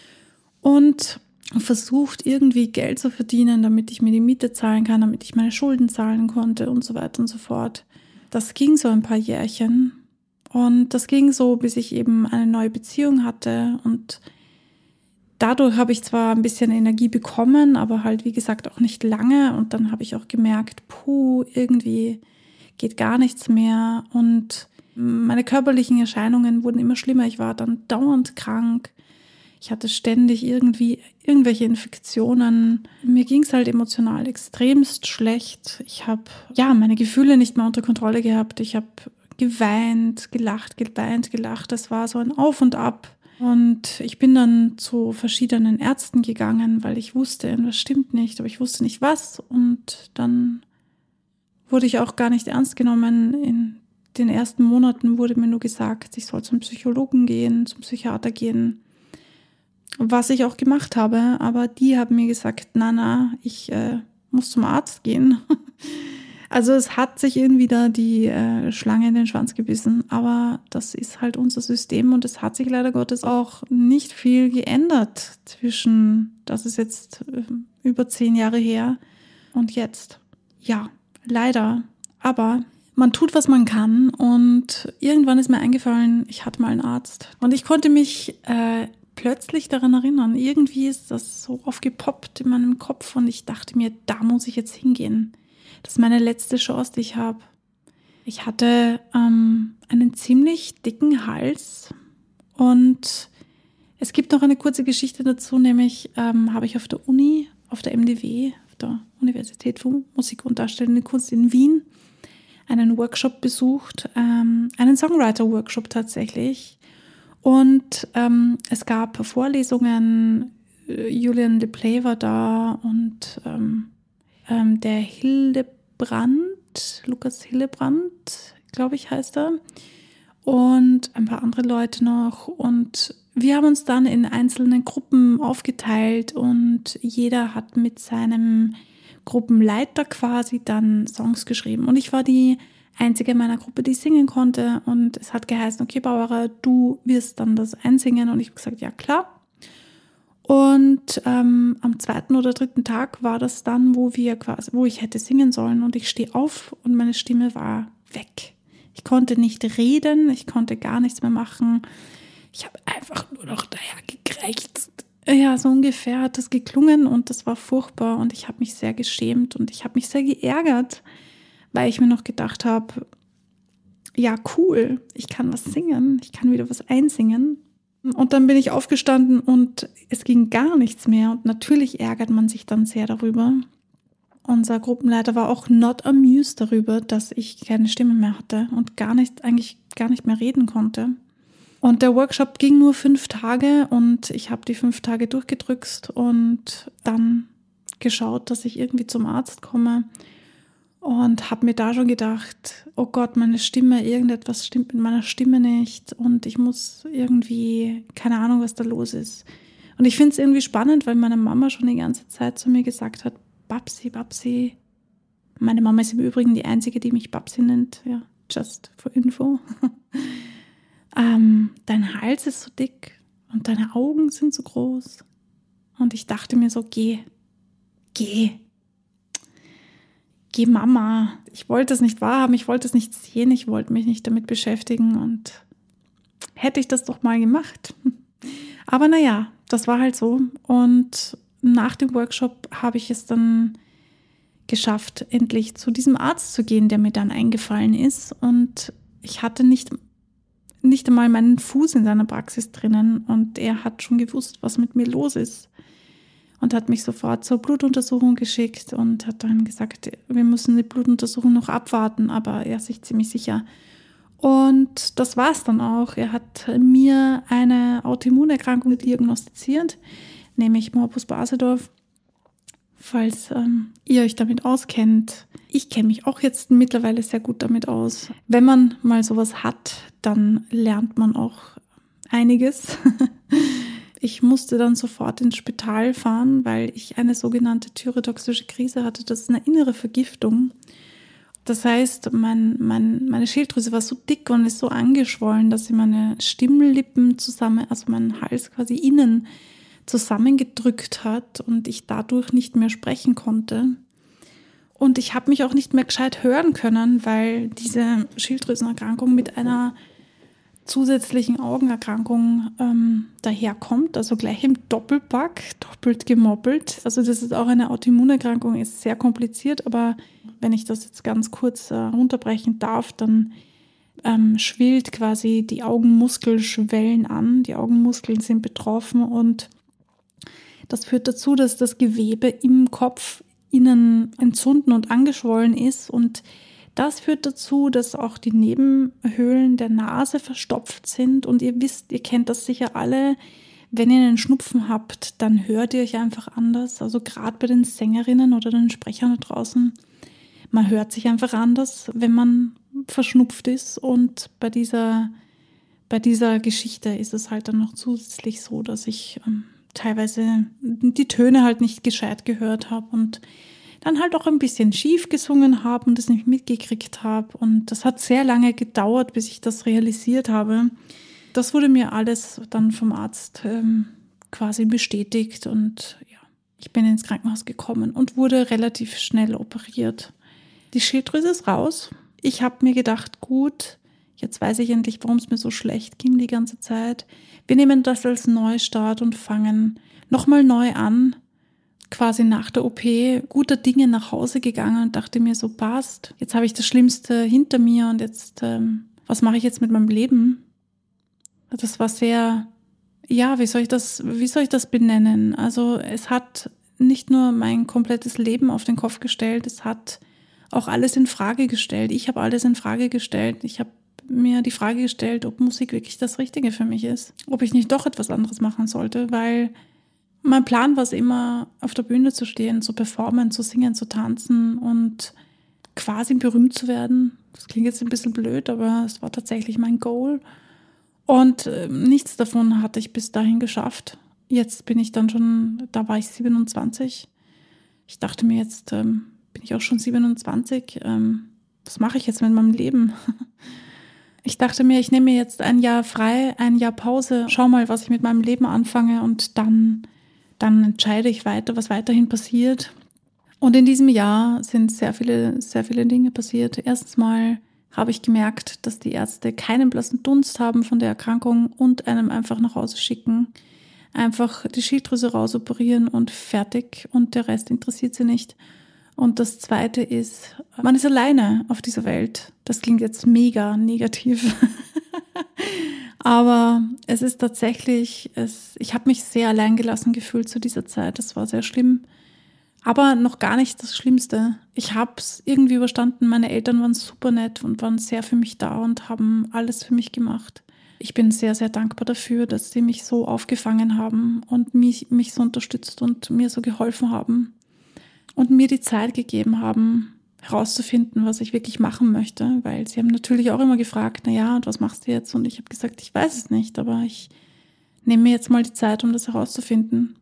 Und versucht, irgendwie Geld zu verdienen, damit ich mir die Miete zahlen kann, damit ich meine Schulden zahlen konnte und so weiter und so fort. Das ging so ein paar Jährchen. Und das ging so, bis ich eben eine neue Beziehung hatte und dadurch habe ich zwar ein bisschen Energie bekommen, aber halt, wie gesagt, auch nicht lange. Und dann habe ich auch gemerkt, puh, irgendwie geht gar nichts mehr. Und meine körperlichen Erscheinungen wurden immer schlimmer. Ich war dann dauernd krank. Ich hatte ständig irgendwie irgendwelche Infektionen. Mir ging es halt emotional extremst schlecht. Ich habe ja meine Gefühle nicht mehr unter Kontrolle gehabt. Ich habe geweint, gelacht, geweint, gelacht. Das war so ein Auf und Ab. Und ich bin dann zu verschiedenen Ärzten gegangen, weil ich wusste, was stimmt nicht, aber ich wusste nicht was. Und dann wurde ich auch gar nicht ernst genommen. In den ersten Monaten wurde mir nur gesagt, ich soll zum Psychologen gehen, zum Psychiater gehen, was ich auch gemacht habe. Aber die haben mir gesagt, na, na, ich äh, muss zum Arzt gehen. Also es hat sich irgendwie da die äh, Schlange in den Schwanz gebissen, aber das ist halt unser System und es hat sich leider Gottes auch nicht viel geändert zwischen, das ist jetzt äh, über zehn Jahre her und jetzt. Ja, leider, aber man tut, was man kann und irgendwann ist mir eingefallen, ich hatte mal einen Arzt und ich konnte mich äh, plötzlich daran erinnern, irgendwie ist das so aufgepoppt in meinem Kopf und ich dachte mir, da muss ich jetzt hingehen. Das ist meine letzte Chance, die ich habe. Ich hatte ähm, einen ziemlich dicken Hals und es gibt noch eine kurze Geschichte dazu, nämlich ähm, habe ich auf der Uni, auf der M D W, auf der Universität für Musik und Darstellende Kunst in Wien, einen Workshop besucht, ähm, einen Songwriter-Workshop tatsächlich. Und ähm, es gab Vorlesungen, Julian LePlay war da und ähm, der Hillebrand, Lukas Hillebrand, glaube ich, heißt er, und ein paar andere Leute noch. Und wir haben uns dann in einzelnen Gruppen aufgeteilt und jeder hat mit seinem Gruppenleiter quasi dann Songs geschrieben. Und ich war die einzige in meiner Gruppe, die singen konnte. Und es hat geheißen, okay, Barbara, du wirst dann das einsingen. Und ich habe gesagt, ja klar. Und ähm, am zweiten oder dritten Tag war das dann, wo wir quasi, wo ich hätte singen sollen und ich stehe auf und meine Stimme war weg. Ich konnte nicht reden, ich konnte gar nichts mehr machen. Ich habe einfach nur noch daher gekrächzt. Ja, so ungefähr hat das geklungen und das war furchtbar und ich habe mich sehr geschämt und ich habe mich sehr geärgert, weil ich mir noch gedacht habe, ja cool, ich kann was singen, ich kann wieder was einsingen. Und dann bin ich aufgestanden und es ging gar nichts mehr und natürlich ärgert man sich dann sehr darüber. Unser Gruppenleiter war auch not amused darüber, dass ich keine Stimme mehr hatte und gar nicht, eigentlich gar nicht mehr reden konnte. Und der Workshop ging nur fünf Tage und ich habe die fünf Tage durchgedrückt und dann geschaut, dass ich irgendwie zum Arzt komme und habe mir da schon gedacht, oh Gott, meine Stimme, irgendetwas stimmt mit meiner Stimme nicht und ich muss irgendwie, keine Ahnung, was da los ist. Und ich finde es irgendwie spannend, weil meine Mama schon die ganze Zeit zu mir gesagt hat, Babsi, Babsi. Meine Mama ist im Übrigen die Einzige, die mich Babsi nennt, ja, just for info. Ähm, dein Hals ist so dick und deine Augen sind so groß. Und ich dachte mir so, geh, geh, geh Mama. Ich wollte es nicht wahrhaben, ich wollte es nicht sehen, ich wollte mich nicht damit beschäftigen und hätte ich das doch mal gemacht. Aber naja, das war halt so. Und nach dem Workshop habe ich es dann geschafft, endlich zu diesem Arzt zu gehen, der mir dann eingefallen ist. Und ich hatte nicht nicht einmal meinen Fuß in seiner Praxis drinnen und er hat schon gewusst, was mit mir los ist und hat mich sofort zur Blutuntersuchung geschickt und hat dann gesagt, wir müssen die Blutuntersuchung noch abwarten, aber er ist sich ziemlich sicher. Und das war es dann auch. Er hat mir eine Autoimmunerkrankung diagnostiziert, nämlich Morbus Basedorf. Falls ähm, ihr euch damit auskennt. Ich kenne mich auch jetzt mittlerweile sehr gut damit aus. Wenn man mal sowas hat, dann lernt man auch einiges. Ich musste dann sofort ins Spital fahren, weil ich eine sogenannte thyreotoxische Krise hatte. Das ist eine innere Vergiftung. Das heißt, mein, mein, meine Schilddrüse war so dick und ist so angeschwollen, dass sie meine Stimmlippen zusammen, also meinen Hals quasi innen zusammengedrückt hat und ich dadurch nicht mehr sprechen konnte. Und ich habe mich auch nicht mehr gescheit hören können, weil diese Schilddrüsenerkrankung mit einer zusätzlichen Augenerkrankung ähm, daherkommt, also gleich im Doppelpack, doppelt gemoppelt. Also das ist auch eine Autoimmunerkrankung, ist sehr kompliziert, aber wenn ich das jetzt ganz kurz äh, runterbrechen darf, dann ähm, schwillt quasi die Augenmuskelschwellen an, die Augenmuskeln sind betroffen und das führt dazu, dass das Gewebe im Kopf innen entzünden und angeschwollen ist und das führt dazu, dass auch die Nebenhöhlen der Nase verstopft sind und ihr wisst, ihr kennt das sicher alle, wenn ihr einen Schnupfen habt, dann hört ihr euch einfach anders, also gerade bei den Sängerinnen oder den Sprechern da draußen, man hört sich einfach anders, wenn man verschnupft ist und bei dieser, bei dieser Geschichte ist es halt dann noch zusätzlich so, dass ich ähm, teilweise die Töne halt nicht gescheit gehört habe und dann halt auch ein bisschen schief gesungen habe und das nicht mitgekriegt habe. Und das hat sehr lange gedauert, bis ich das realisiert habe. Das wurde mir alles dann vom Arzt ähm, quasi bestätigt und ja, ich bin ins Krankenhaus gekommen und wurde relativ schnell operiert. Die Schilddrüse ist raus. Ich habe mir gedacht, gut, jetzt weiß ich endlich, warum es mir so schlecht ging die ganze Zeit. Wir nehmen das als Neustart und fangen nochmal neu an. Quasi nach der O P guter Dinge nach Hause gegangen und dachte mir, so passt. Jetzt habe ich das Schlimmste hinter mir und jetzt, ähm, was mache ich jetzt mit meinem Leben? Das war sehr, ja, wie soll ich das, wie soll ich das benennen? Also es hat nicht nur mein komplettes Leben auf den Kopf gestellt, es hat auch alles in Frage gestellt. Ich habe alles in Frage gestellt. Ich habe mir die Frage gestellt, ob Musik wirklich das Richtige für mich ist. Ob ich nicht doch etwas anderes machen sollte, weil mein Plan war es immer, auf der Bühne zu stehen, zu performen, zu singen, zu tanzen und quasi berühmt zu werden. Das klingt jetzt ein bisschen blöd, aber es war tatsächlich mein Goal. Und äh, nichts davon hatte ich bis dahin geschafft. Jetzt bin ich dann schon, da war ich siebenundzwanzig. Ich dachte mir, jetzt ähm, bin ich auch schon siebenundzwanzig. Ähm, was mache ich jetzt mit meinem Leben? Ich dachte mir, ich nehme mir jetzt ein Jahr frei, ein Jahr Pause, schau mal, was ich mit meinem Leben anfange und dann, dann entscheide ich weiter, was weiterhin passiert. Und in diesem Jahr sind sehr viele, sehr viele Dinge passiert. Erstens mal habe ich gemerkt, dass die Ärzte keinen blassen Dunst haben von der Erkrankung und einem einfach nach Hause schicken. Einfach die Schilddrüse rausoperieren und fertig und der Rest interessiert sie nicht. Und das Zweite ist, man ist alleine auf dieser Welt. Das klingt jetzt mega negativ. Aber es ist tatsächlich, es, ich habe mich sehr alleingelassen gefühlt zu dieser Zeit. Das war sehr schlimm. Aber noch gar nicht das Schlimmste. Ich habe es irgendwie überstanden. Meine Eltern waren super nett und waren sehr für mich da und haben alles für mich gemacht. Ich bin sehr, sehr dankbar dafür, dass sie mich so aufgefangen haben und mich, mich so unterstützt und mir so geholfen haben. Und mir die Zeit gegeben haben, herauszufinden, was ich wirklich machen möchte. Weil sie haben natürlich auch immer gefragt, na ja, und was machst du jetzt? Und ich habe gesagt, ich weiß es nicht, aber ich nehme mir jetzt mal die Zeit, um das herauszufinden.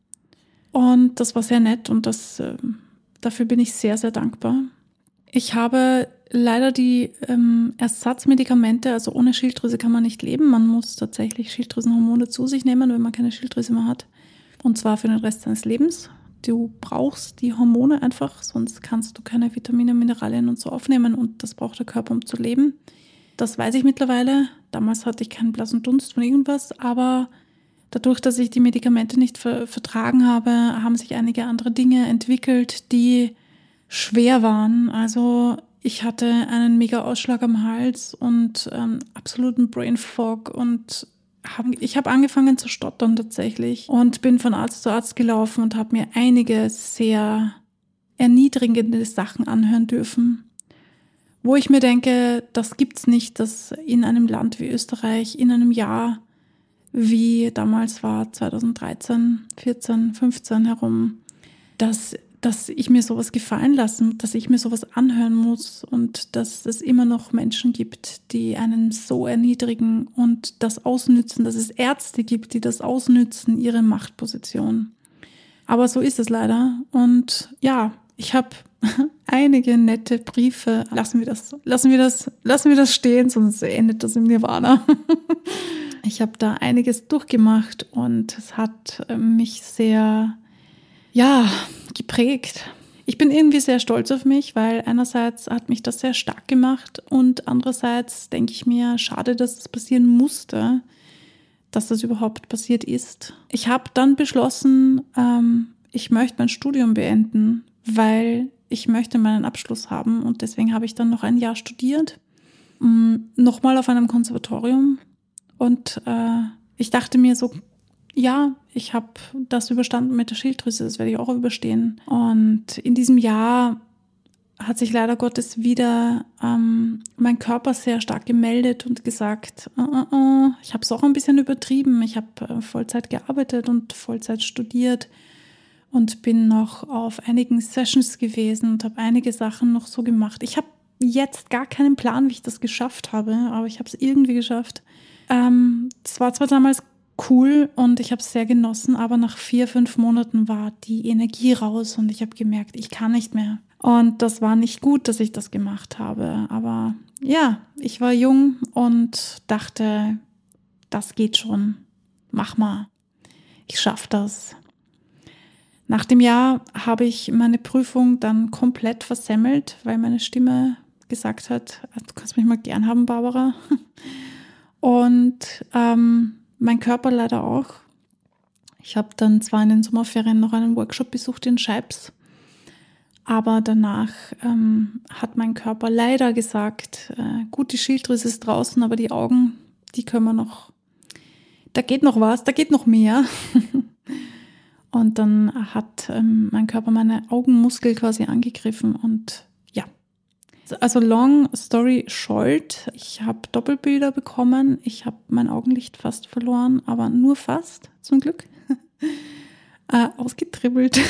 Und das war sehr nett und das, äh, dafür bin ich sehr, sehr dankbar. Ich habe leider die ähm, Ersatzmedikamente, also ohne Schilddrüse kann man nicht leben. Man muss tatsächlich Schilddrüsenhormone zu sich nehmen, wenn man keine Schilddrüse mehr hat. Und zwar für den Rest seines Lebens. Du brauchst die Hormone einfach, sonst kannst du keine Vitamine, Mineralien und so aufnehmen und das braucht der Körper, um zu leben. Das weiß ich mittlerweile. Damals hatte ich keinen blassen Dunst von irgendwas, aber dadurch, dass ich die Medikamente nicht ver- vertragen habe, haben sich einige andere Dinge entwickelt, die schwer waren. Also ich hatte einen mega Ausschlag am Hals und ähm, absoluten Brain Fog und hab, ich habe angefangen zu stottern tatsächlich und bin von Arzt zu Arzt gelaufen und habe mir einige sehr erniedrigende Sachen anhören dürfen, wo ich mir denke, das gibt's nicht, dass in einem Land wie Österreich in einem Jahr wie damals war, zweitausenddreizehn, vierzehn, fünfzehn herum, dass, dass ich mir sowas gefallen lassen, dass ich mir sowas anhören muss und dass es immer noch Menschen gibt, die einen so erniedrigen und das ausnützen, dass es Ärzte gibt, die das ausnützen, ihre Machtposition. Aber so ist es leider. Und ja, ich habe einige nette Briefe. Lassen wir das, lassen wir das, lassen wir das stehen, sonst endet das im Nirvana. Ich habe da einiges durchgemacht und es hat mich sehr, ja, geprägt. Ich bin irgendwie sehr stolz auf mich, weil einerseits hat mich das sehr stark gemacht und andererseits denke ich mir, schade, dass das passieren musste, dass das überhaupt passiert ist. Ich habe dann beschlossen, ähm, ich möchte mein Studium beenden, weil ich möchte meinen Abschluss haben und deswegen habe ich dann noch ein Jahr studiert, ähm, nochmal auf einem Konservatorium. Und äh, ich dachte mir so, ja, ich habe das überstanden mit der Schilddrüse, das werde ich auch überstehen. Und in diesem Jahr hat sich leider Gottes wieder ähm, mein Körper sehr stark gemeldet und gesagt, uh, uh, uh, ich habe es auch ein bisschen übertrieben. Ich habe äh, Vollzeit gearbeitet und Vollzeit studiert und bin noch auf einigen Sessions gewesen und habe einige Sachen noch so gemacht. Ich habe jetzt gar keinen Plan, wie ich das geschafft habe, aber ich habe es irgendwie geschafft. Ähm, es war zwar damals cool und ich habe es sehr genossen, aber nach vier, fünf Monaten war die Energie raus und ich habe gemerkt, ich kann nicht mehr. Und das war nicht gut, dass ich das gemacht habe. Aber ja, ich war jung und dachte, das geht schon. Mach mal. Ich schaff das. Nach dem Jahr habe ich meine Prüfung dann komplett versemmelt, weil meine Stimme gesagt hat, du kannst mich mal gern haben, Barbara. Und ähm, mein Körper leider auch. Ich habe dann zwar in den Sommerferien noch einen Workshop besucht in Scheibs, aber danach ähm, hat mein Körper leider gesagt, äh, gut, die Schilddrüse ist draußen, aber die Augen, die können wir noch, da geht noch was, da geht noch mehr. Und dann hat ähm, mein Körper meine Augenmuskel quasi angegriffen und ja. Also long story short, ich habe Doppelbilder bekommen, ich habe mein Augenlicht fast verloren, aber nur fast, zum Glück, äh, ausgetribbelt.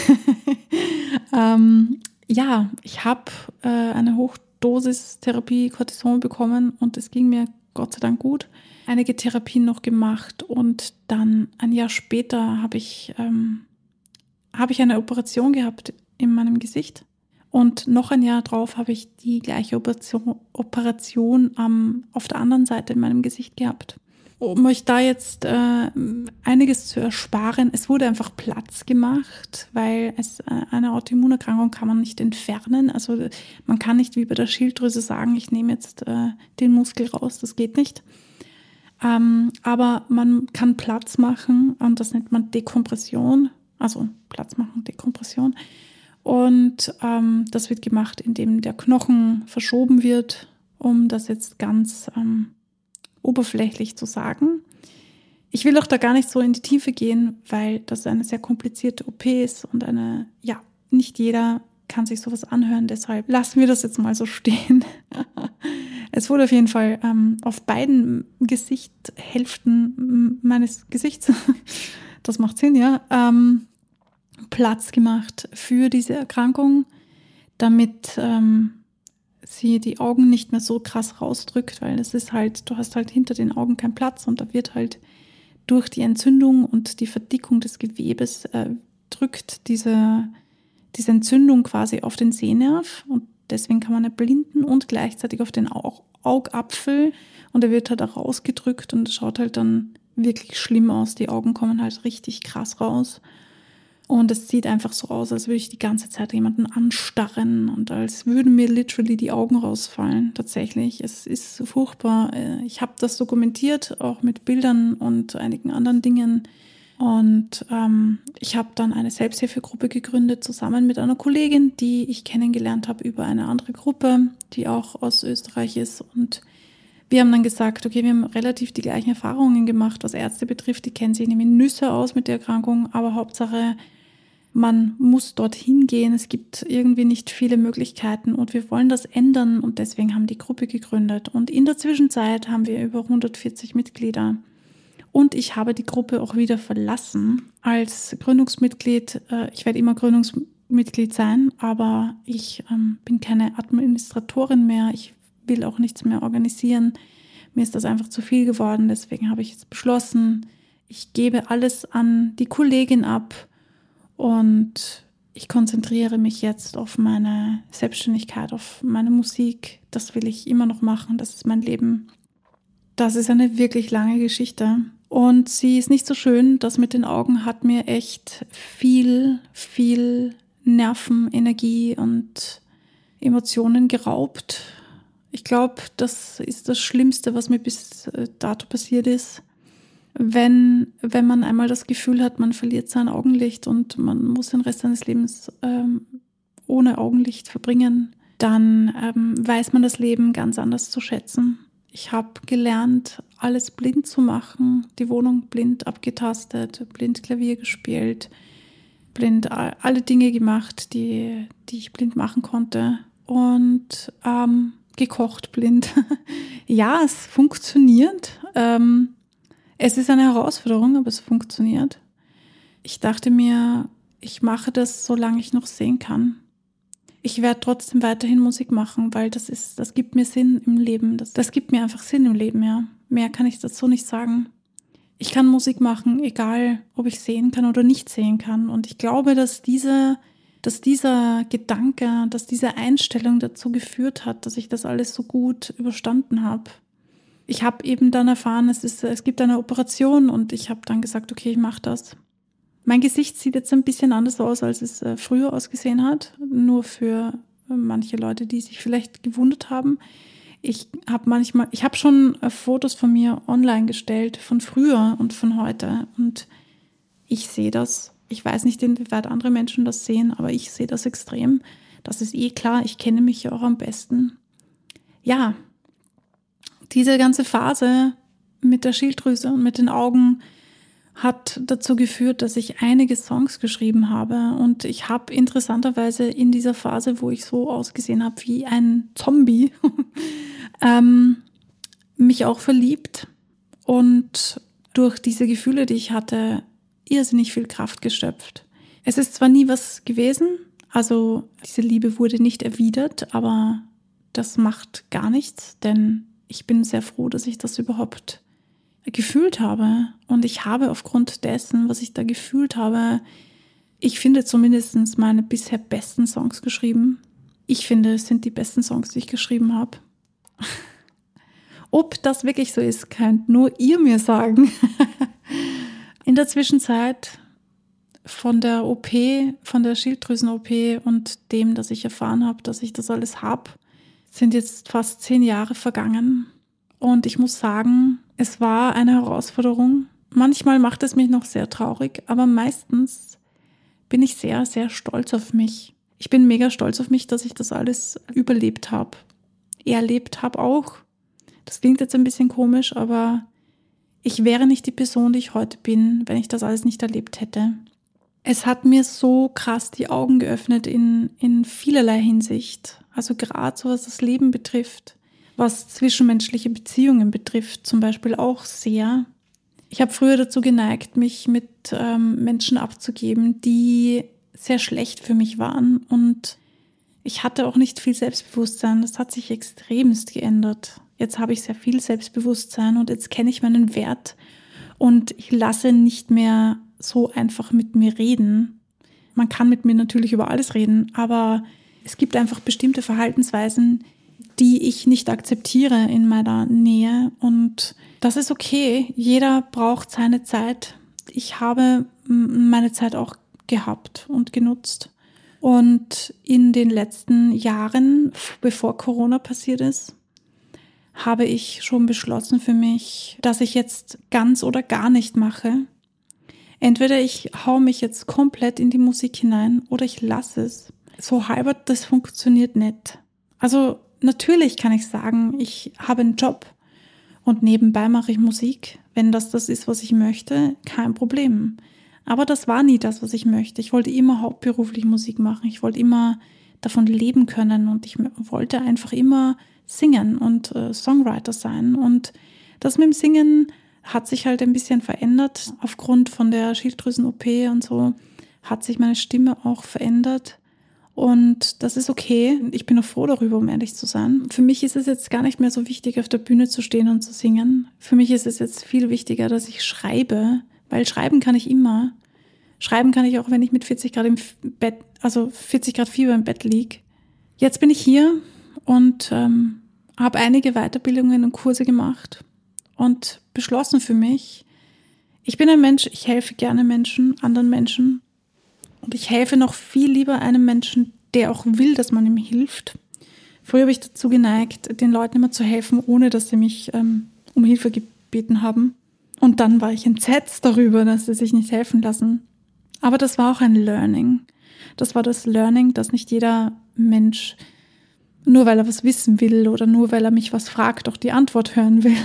ähm, ja, ich habe äh, eine Hochdosis-Therapie Cortison bekommen und es ging mir Gott sei Dank gut. Einige Therapien noch gemacht und dann ein Jahr später habe ich, ähm, habe ich eine Operation gehabt in meinem Gesicht. Und noch ein Jahr drauf habe ich die gleiche Operation, Operation ähm, auf der anderen Seite in meinem Gesicht gehabt. Um euch da jetzt äh, einiges zu ersparen, es wurde einfach Platz gemacht, weil es äh, eine Autoimmunerkrankung kann man nicht entfernen. Also man kann nicht wie bei der Schilddrüse sagen, ich nehme jetzt äh, den Muskel raus, das geht nicht. Ähm, aber man kann Platz machen und das nennt man Dekompression, also Platz machen, Dekompression. Und ähm, das wird gemacht, indem der Knochen verschoben wird, um das jetzt ganz ähm, oberflächlich zu sagen. Ich will auch da gar nicht so in die Tiefe gehen, weil das eine sehr komplizierte O P ist und eine, ja, nicht jeder kann sich sowas anhören, deshalb lassen wir das jetzt mal so stehen. Es wurde auf jeden Fall ähm, auf beiden Gesichtshälften meines Gesichts, das macht Sinn, ja, ähm, Platz gemacht für diese Erkrankung, damit ähm, sie die Augen nicht mehr so krass rausdrückt, weil es ist halt, du hast halt hinter den Augen keinen Platz und da wird halt durch die Entzündung und die Verdickung des Gewebes äh, drückt diese, diese Entzündung quasi auf den Sehnerv und deswegen kann man nicht blinden und gleichzeitig auf den Aug- Augapfel und er wird halt auch rausgedrückt und es schaut halt dann wirklich schlimm aus. Die Augen kommen halt richtig krass raus. Und es sieht einfach so aus, als würde ich die ganze Zeit jemanden anstarren und als würden mir literally die Augen rausfallen. Tatsächlich, es ist furchtbar. Ich habe das dokumentiert, auch mit Bildern und einigen anderen Dingen. Und ähm, ich habe dann eine Selbsthilfegruppe gegründet, zusammen mit einer Kollegin, die ich kennengelernt habe über eine andere Gruppe, die auch aus Österreich ist. Und wir haben dann gesagt, okay, wir haben relativ die gleichen Erfahrungen gemacht, was Ärzte betrifft. Die kennen sich nämlich Nüsse aus mit der Erkrankung, aber Hauptsache, man muss dorthin gehen. Es gibt irgendwie nicht viele Möglichkeiten und wir wollen das ändern und deswegen haben die Gruppe gegründet. Und in der Zwischenzeit haben wir über hundertvierzig Mitglieder. Und ich habe die Gruppe auch wieder verlassen als Gründungsmitglied. Ich werde immer Gründungsmitglied sein, aber ich ähm, bin keine Administratorin mehr. Ich will auch nichts mehr organisieren. Mir ist das einfach zu viel geworden. Deswegen habe ich jetzt beschlossen, ich gebe alles an die Kollegin ab und ich konzentriere mich jetzt auf meine Selbstständigkeit, auf meine Musik. Das will ich immer noch machen. Das ist mein Leben. Das ist eine wirklich lange Geschichte. Und sie ist nicht so schön. Das mit den Augen hat mir echt viel, viel Nerven, Energie und Emotionen geraubt. Ich glaube, das ist das Schlimmste, was mir bis dato passiert ist. Wenn, wenn man einmal das Gefühl hat, man verliert sein Augenlicht und man muss den Rest seines Lebens ähm, ohne Augenlicht verbringen, dann ähm, weiß man das Leben ganz anders zu schätzen. Ich habe gelernt, alles blind zu machen, die Wohnung blind abgetastet, blind Klavier gespielt, blind alle Dinge gemacht, die, die ich blind machen konnte und ähm, gekocht blind. Ja, es funktioniert. Ähm, es ist eine Herausforderung, aber es funktioniert. Ich dachte mir, ich mache das, solange ich noch sehen kann. Ich werde trotzdem weiterhin Musik machen, weil das ist, das gibt mir Sinn im Leben. Das, das gibt mir einfach Sinn im Leben, ja. Mehr kann ich dazu nicht sagen. Ich kann Musik machen, egal ob ich sehen kann oder nicht sehen kann. Und ich glaube, dass diese, dass dieser Gedanke, dass diese Einstellung dazu geführt hat, dass ich das alles so gut überstanden habe. Ich habe eben dann erfahren, es ist, es gibt eine Operation und ich habe dann gesagt, okay, ich mache das. Mein Gesicht sieht jetzt ein bisschen anders aus, als es äh, früher ausgesehen hat. Nur für äh, manche Leute, die sich vielleicht gewundert haben. Ich habe manchmal, ich habe schon äh, Fotos von mir online gestellt, von früher und von heute. Und ich sehe das. Ich weiß nicht, inwieweit andere Menschen das sehen, aber ich sehe das extrem. Das ist eh klar. Ich kenne mich ja auch am besten. Ja, diese ganze Phase mit der Schilddrüse und mit den Augen hat dazu geführt, dass ich einige Songs geschrieben habe und ich habe interessanterweise in dieser Phase, wo ich so ausgesehen habe wie ein Zombie, ähm, mich auch verliebt und durch diese Gefühle, die ich hatte, irrsinnig viel Kraft geschöpft. Es ist zwar nie was gewesen, also diese Liebe wurde nicht erwidert, aber das macht gar nichts, denn ich bin sehr froh, dass ich das überhaupt gefühlt habe. Und ich habe aufgrund dessen, was ich da gefühlt habe, ich finde zumindest meine bisher besten Songs geschrieben. Ich finde, es sind die besten Songs, die ich geschrieben habe. Ob das wirklich so ist, könnt nur ihr mir sagen. In der Zwischenzeit von der O P, von der Schilddrüsen-O P und dem, dass ich erfahren habe, dass ich das alles habe, sind jetzt fast zehn Jahre vergangen. Und ich muss sagen, es war eine Herausforderung. Manchmal macht es mich noch sehr traurig, aber meistens bin ich sehr, sehr stolz auf mich. Ich bin mega stolz auf mich, dass ich das alles überlebt habe. Erlebt habe auch. Das klingt jetzt ein bisschen komisch, aber ich wäre nicht die Person, die ich heute bin, wenn ich das alles nicht erlebt hätte. Es hat mir so krass die Augen geöffnet in, in vielerlei Hinsicht. Also gerade so, was das Leben betrifft, was zwischenmenschliche Beziehungen betrifft, zum Beispiel auch sehr. Ich habe früher dazu geneigt, mich mit ähm, Menschen abzugeben, die sehr schlecht für mich waren. Und ich hatte auch nicht viel Selbstbewusstsein. Das hat sich extremst geändert. Jetzt habe ich sehr viel Selbstbewusstsein und jetzt kenne ich meinen Wert. Und ich lasse nicht mehr so einfach mit mir reden. Man kann mit mir natürlich über alles reden, aber es gibt einfach bestimmte Verhaltensweisen, die ich nicht akzeptiere in meiner Nähe. Und das ist okay. Jeder braucht seine Zeit. Ich habe meine Zeit auch gehabt und genutzt. Und in den letzten Jahren, bevor Corona passiert ist, habe ich schon beschlossen für mich, dass ich jetzt ganz oder gar nicht mache. Entweder ich hau mich jetzt komplett in die Musik hinein oder ich lasse es. So halber, das funktioniert nicht. Also natürlich kann ich sagen, ich habe einen Job und nebenbei mache ich Musik. Wenn das das ist, was ich möchte, kein Problem. Aber das war nie das, was ich möchte. Ich wollte immer hauptberuflich Musik machen. Ich wollte immer davon leben können und ich wollte einfach immer singen und äh, Songwriter sein. Und das mit dem Singen hat sich halt ein bisschen verändert. Aufgrund von der Schilddrüsen-O P und so hat sich meine Stimme auch verändert. Und das ist okay. Ich bin auch froh darüber, um ehrlich zu sein. Für mich ist es jetzt gar nicht mehr so wichtig, auf der Bühne zu stehen und zu singen. Für mich ist es jetzt viel wichtiger, dass ich schreibe, weil schreiben kann ich immer. Schreiben kann ich auch, wenn ich mit vierzig Grad im Bett, also vierzig Grad Fieber im Bett liege. Jetzt bin ich hier und ähm, habe einige Weiterbildungen und Kurse gemacht und beschlossen für mich, ich bin ein Mensch, ich helfe gerne Menschen, anderen Menschen. Und ich helfe noch viel lieber einem Menschen, der auch will, dass man ihm hilft. Früher habe ich dazu geneigt, den Leuten immer zu helfen, ohne dass sie mich ähm, um Hilfe gebeten haben. Und dann war ich entsetzt darüber, dass sie sich nicht helfen lassen. Aber das war auch ein Learning. Das war das Learning, dass nicht jeder Mensch, nur weil er was wissen will oder nur weil er mich was fragt, auch die Antwort hören will.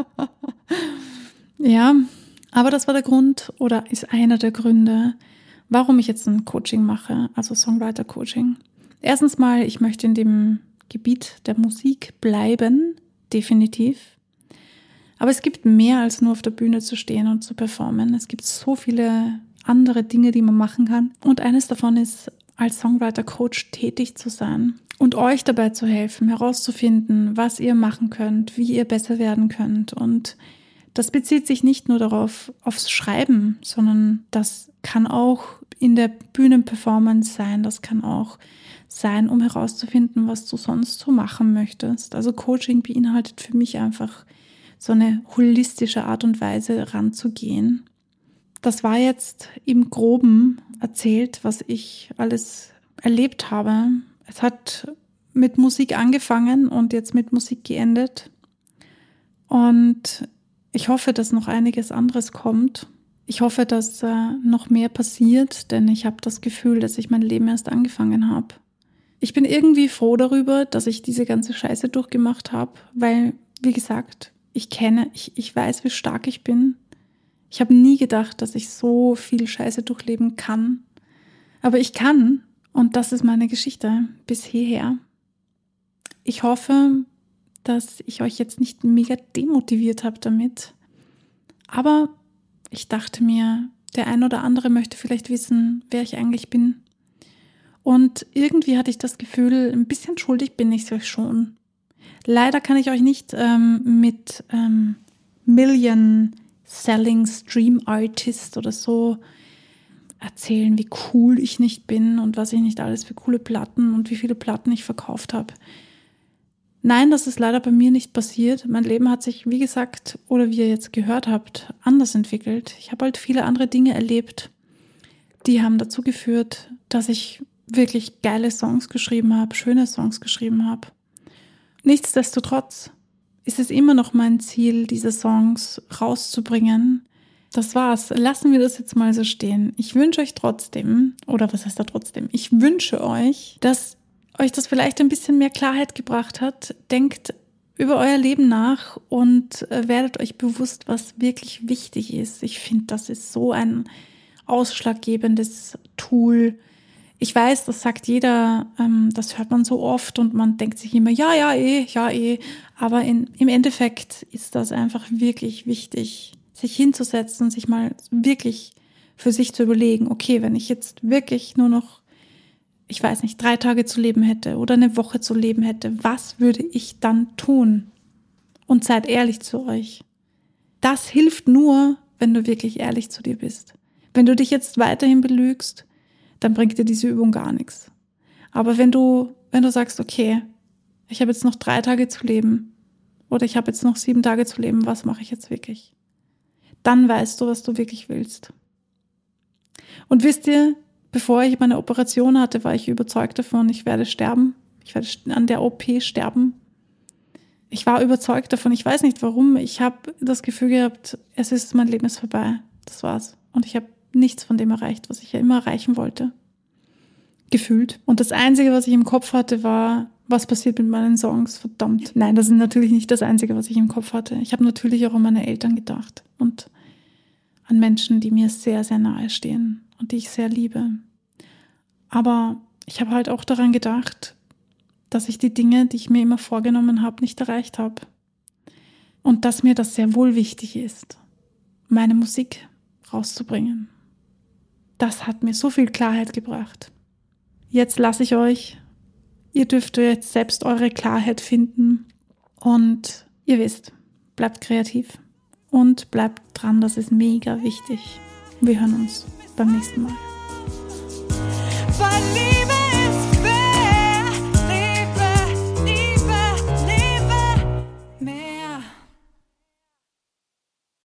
Ja, aber das war der Grund oder ist einer der Gründe, warum ich jetzt ein Coaching mache, also Songwriter-Coaching. Erstens mal, ich möchte in dem Gebiet der Musik bleiben, definitiv. Aber es gibt mehr als nur auf der Bühne zu stehen und zu performen. Es gibt so viele andere Dinge, die man machen kann. Und eines davon ist, als Songwriter-Coach tätig zu sein und euch dabei zu helfen, herauszufinden, was ihr machen könnt, wie ihr besser werden könnt. Und das bezieht sich nicht nur darauf, aufs Schreiben, sondern das kann auch in der Bühnenperformance sein. Das kann auch sein, um herauszufinden, was du sonst so machen möchtest. Also Coaching beinhaltet für mich einfach so eine holistische Art und Weise ranzugehen. Das war jetzt im Groben erzählt, was ich alles erlebt habe. Es hat mit Musik angefangen und jetzt mit Musik geendet. Und ich hoffe, dass noch einiges anderes kommt. Ich hoffe, dass äh, noch mehr passiert, denn ich habe das Gefühl, dass ich mein Leben erst angefangen habe. Ich bin irgendwie froh darüber, dass ich diese ganze Scheiße durchgemacht habe, weil, wie gesagt, ich kenne, ich, ich weiß, wie stark ich bin. Ich habe nie gedacht, dass ich so viel Scheiße durchleben kann. Aber ich kann und das ist meine Geschichte bis hierher. Ich hoffe, dass ich euch jetzt nicht mega demotiviert habe damit. Aber ich dachte mir, der ein oder andere möchte vielleicht wissen, wer ich eigentlich bin. Und irgendwie hatte ich das Gefühl, ein bisschen schuldig bin ich es euch schon. Leider kann ich euch nicht ähm, mit ähm, Million Selling Stream Artist oder so erzählen, wie cool ich nicht bin und was ich nicht alles für coole Platten und wie viele Platten ich verkauft habe. Nein, das ist leider bei mir nicht passiert. Mein Leben hat sich, wie gesagt, oder wie ihr jetzt gehört habt, anders entwickelt. Ich habe halt viele andere Dinge erlebt, die haben dazu geführt, dass ich wirklich geile Songs geschrieben habe, schöne Songs geschrieben habe. Nichtsdestotrotz ist es immer noch mein Ziel, diese Songs rauszubringen. Das war's. Lassen wir das jetzt mal so stehen. Ich wünsche euch trotzdem, oder was heißt da trotzdem? Ich wünsche euch, dass euch das vielleicht ein bisschen mehr Klarheit gebracht hat. Denkt über euer Leben nach und werdet euch bewusst, was wirklich wichtig ist. Ich finde, das ist so ein ausschlaggebendes Tool. Ich weiß, das sagt jeder, ähm, das hört man so oft und man denkt sich immer, ja, ja, eh, ja, eh. Aber in, im Endeffekt ist das einfach wirklich wichtig, sich hinzusetzen, sich mal wirklich für sich zu überlegen, okay, wenn ich jetzt wirklich nur noch, ich weiß nicht, drei Tage zu leben hätte oder eine Woche zu leben hätte, was würde ich dann tun? Und seid ehrlich zu euch. Das hilft nur, wenn du wirklich ehrlich zu dir bist. Wenn du dich jetzt weiterhin belügst, dann bringt dir diese Übung gar nichts. Aber wenn du, wenn du sagst, okay, ich habe jetzt noch drei Tage zu leben oder ich habe jetzt noch sieben Tage zu leben, was mache ich jetzt wirklich? Dann weißt du, was du wirklich willst. Und wisst ihr, bevor ich meine Operation hatte, war ich überzeugt davon, ich werde sterben. Ich werde an der O P sterben. Ich war überzeugt davon, ich weiß nicht warum. Ich habe das Gefühl gehabt, es ist, mein Leben ist vorbei. Das war's. Und ich habe nichts von dem erreicht, was ich ja immer erreichen wollte. Gefühlt. Und das Einzige, was ich im Kopf hatte, war, was passiert mit meinen Songs? Verdammt. Nein, das ist natürlich nicht das Einzige, was ich im Kopf hatte. Ich habe natürlich auch an meine Eltern gedacht und an Menschen, die mir sehr, sehr nahe stehen und die ich sehr liebe. Aber ich habe halt auch daran gedacht, dass ich die Dinge, die ich mir immer vorgenommen habe, nicht erreicht habe. Und dass mir das sehr wohl wichtig ist, meine Musik rauszubringen. Das hat mir so viel Klarheit gebracht. Jetzt lasse ich euch. Ihr dürft jetzt selbst eure Klarheit finden. Und ihr wisst, bleibt kreativ und bleibt dran, das ist mega wichtig. Wir hören uns beim nächsten Mal.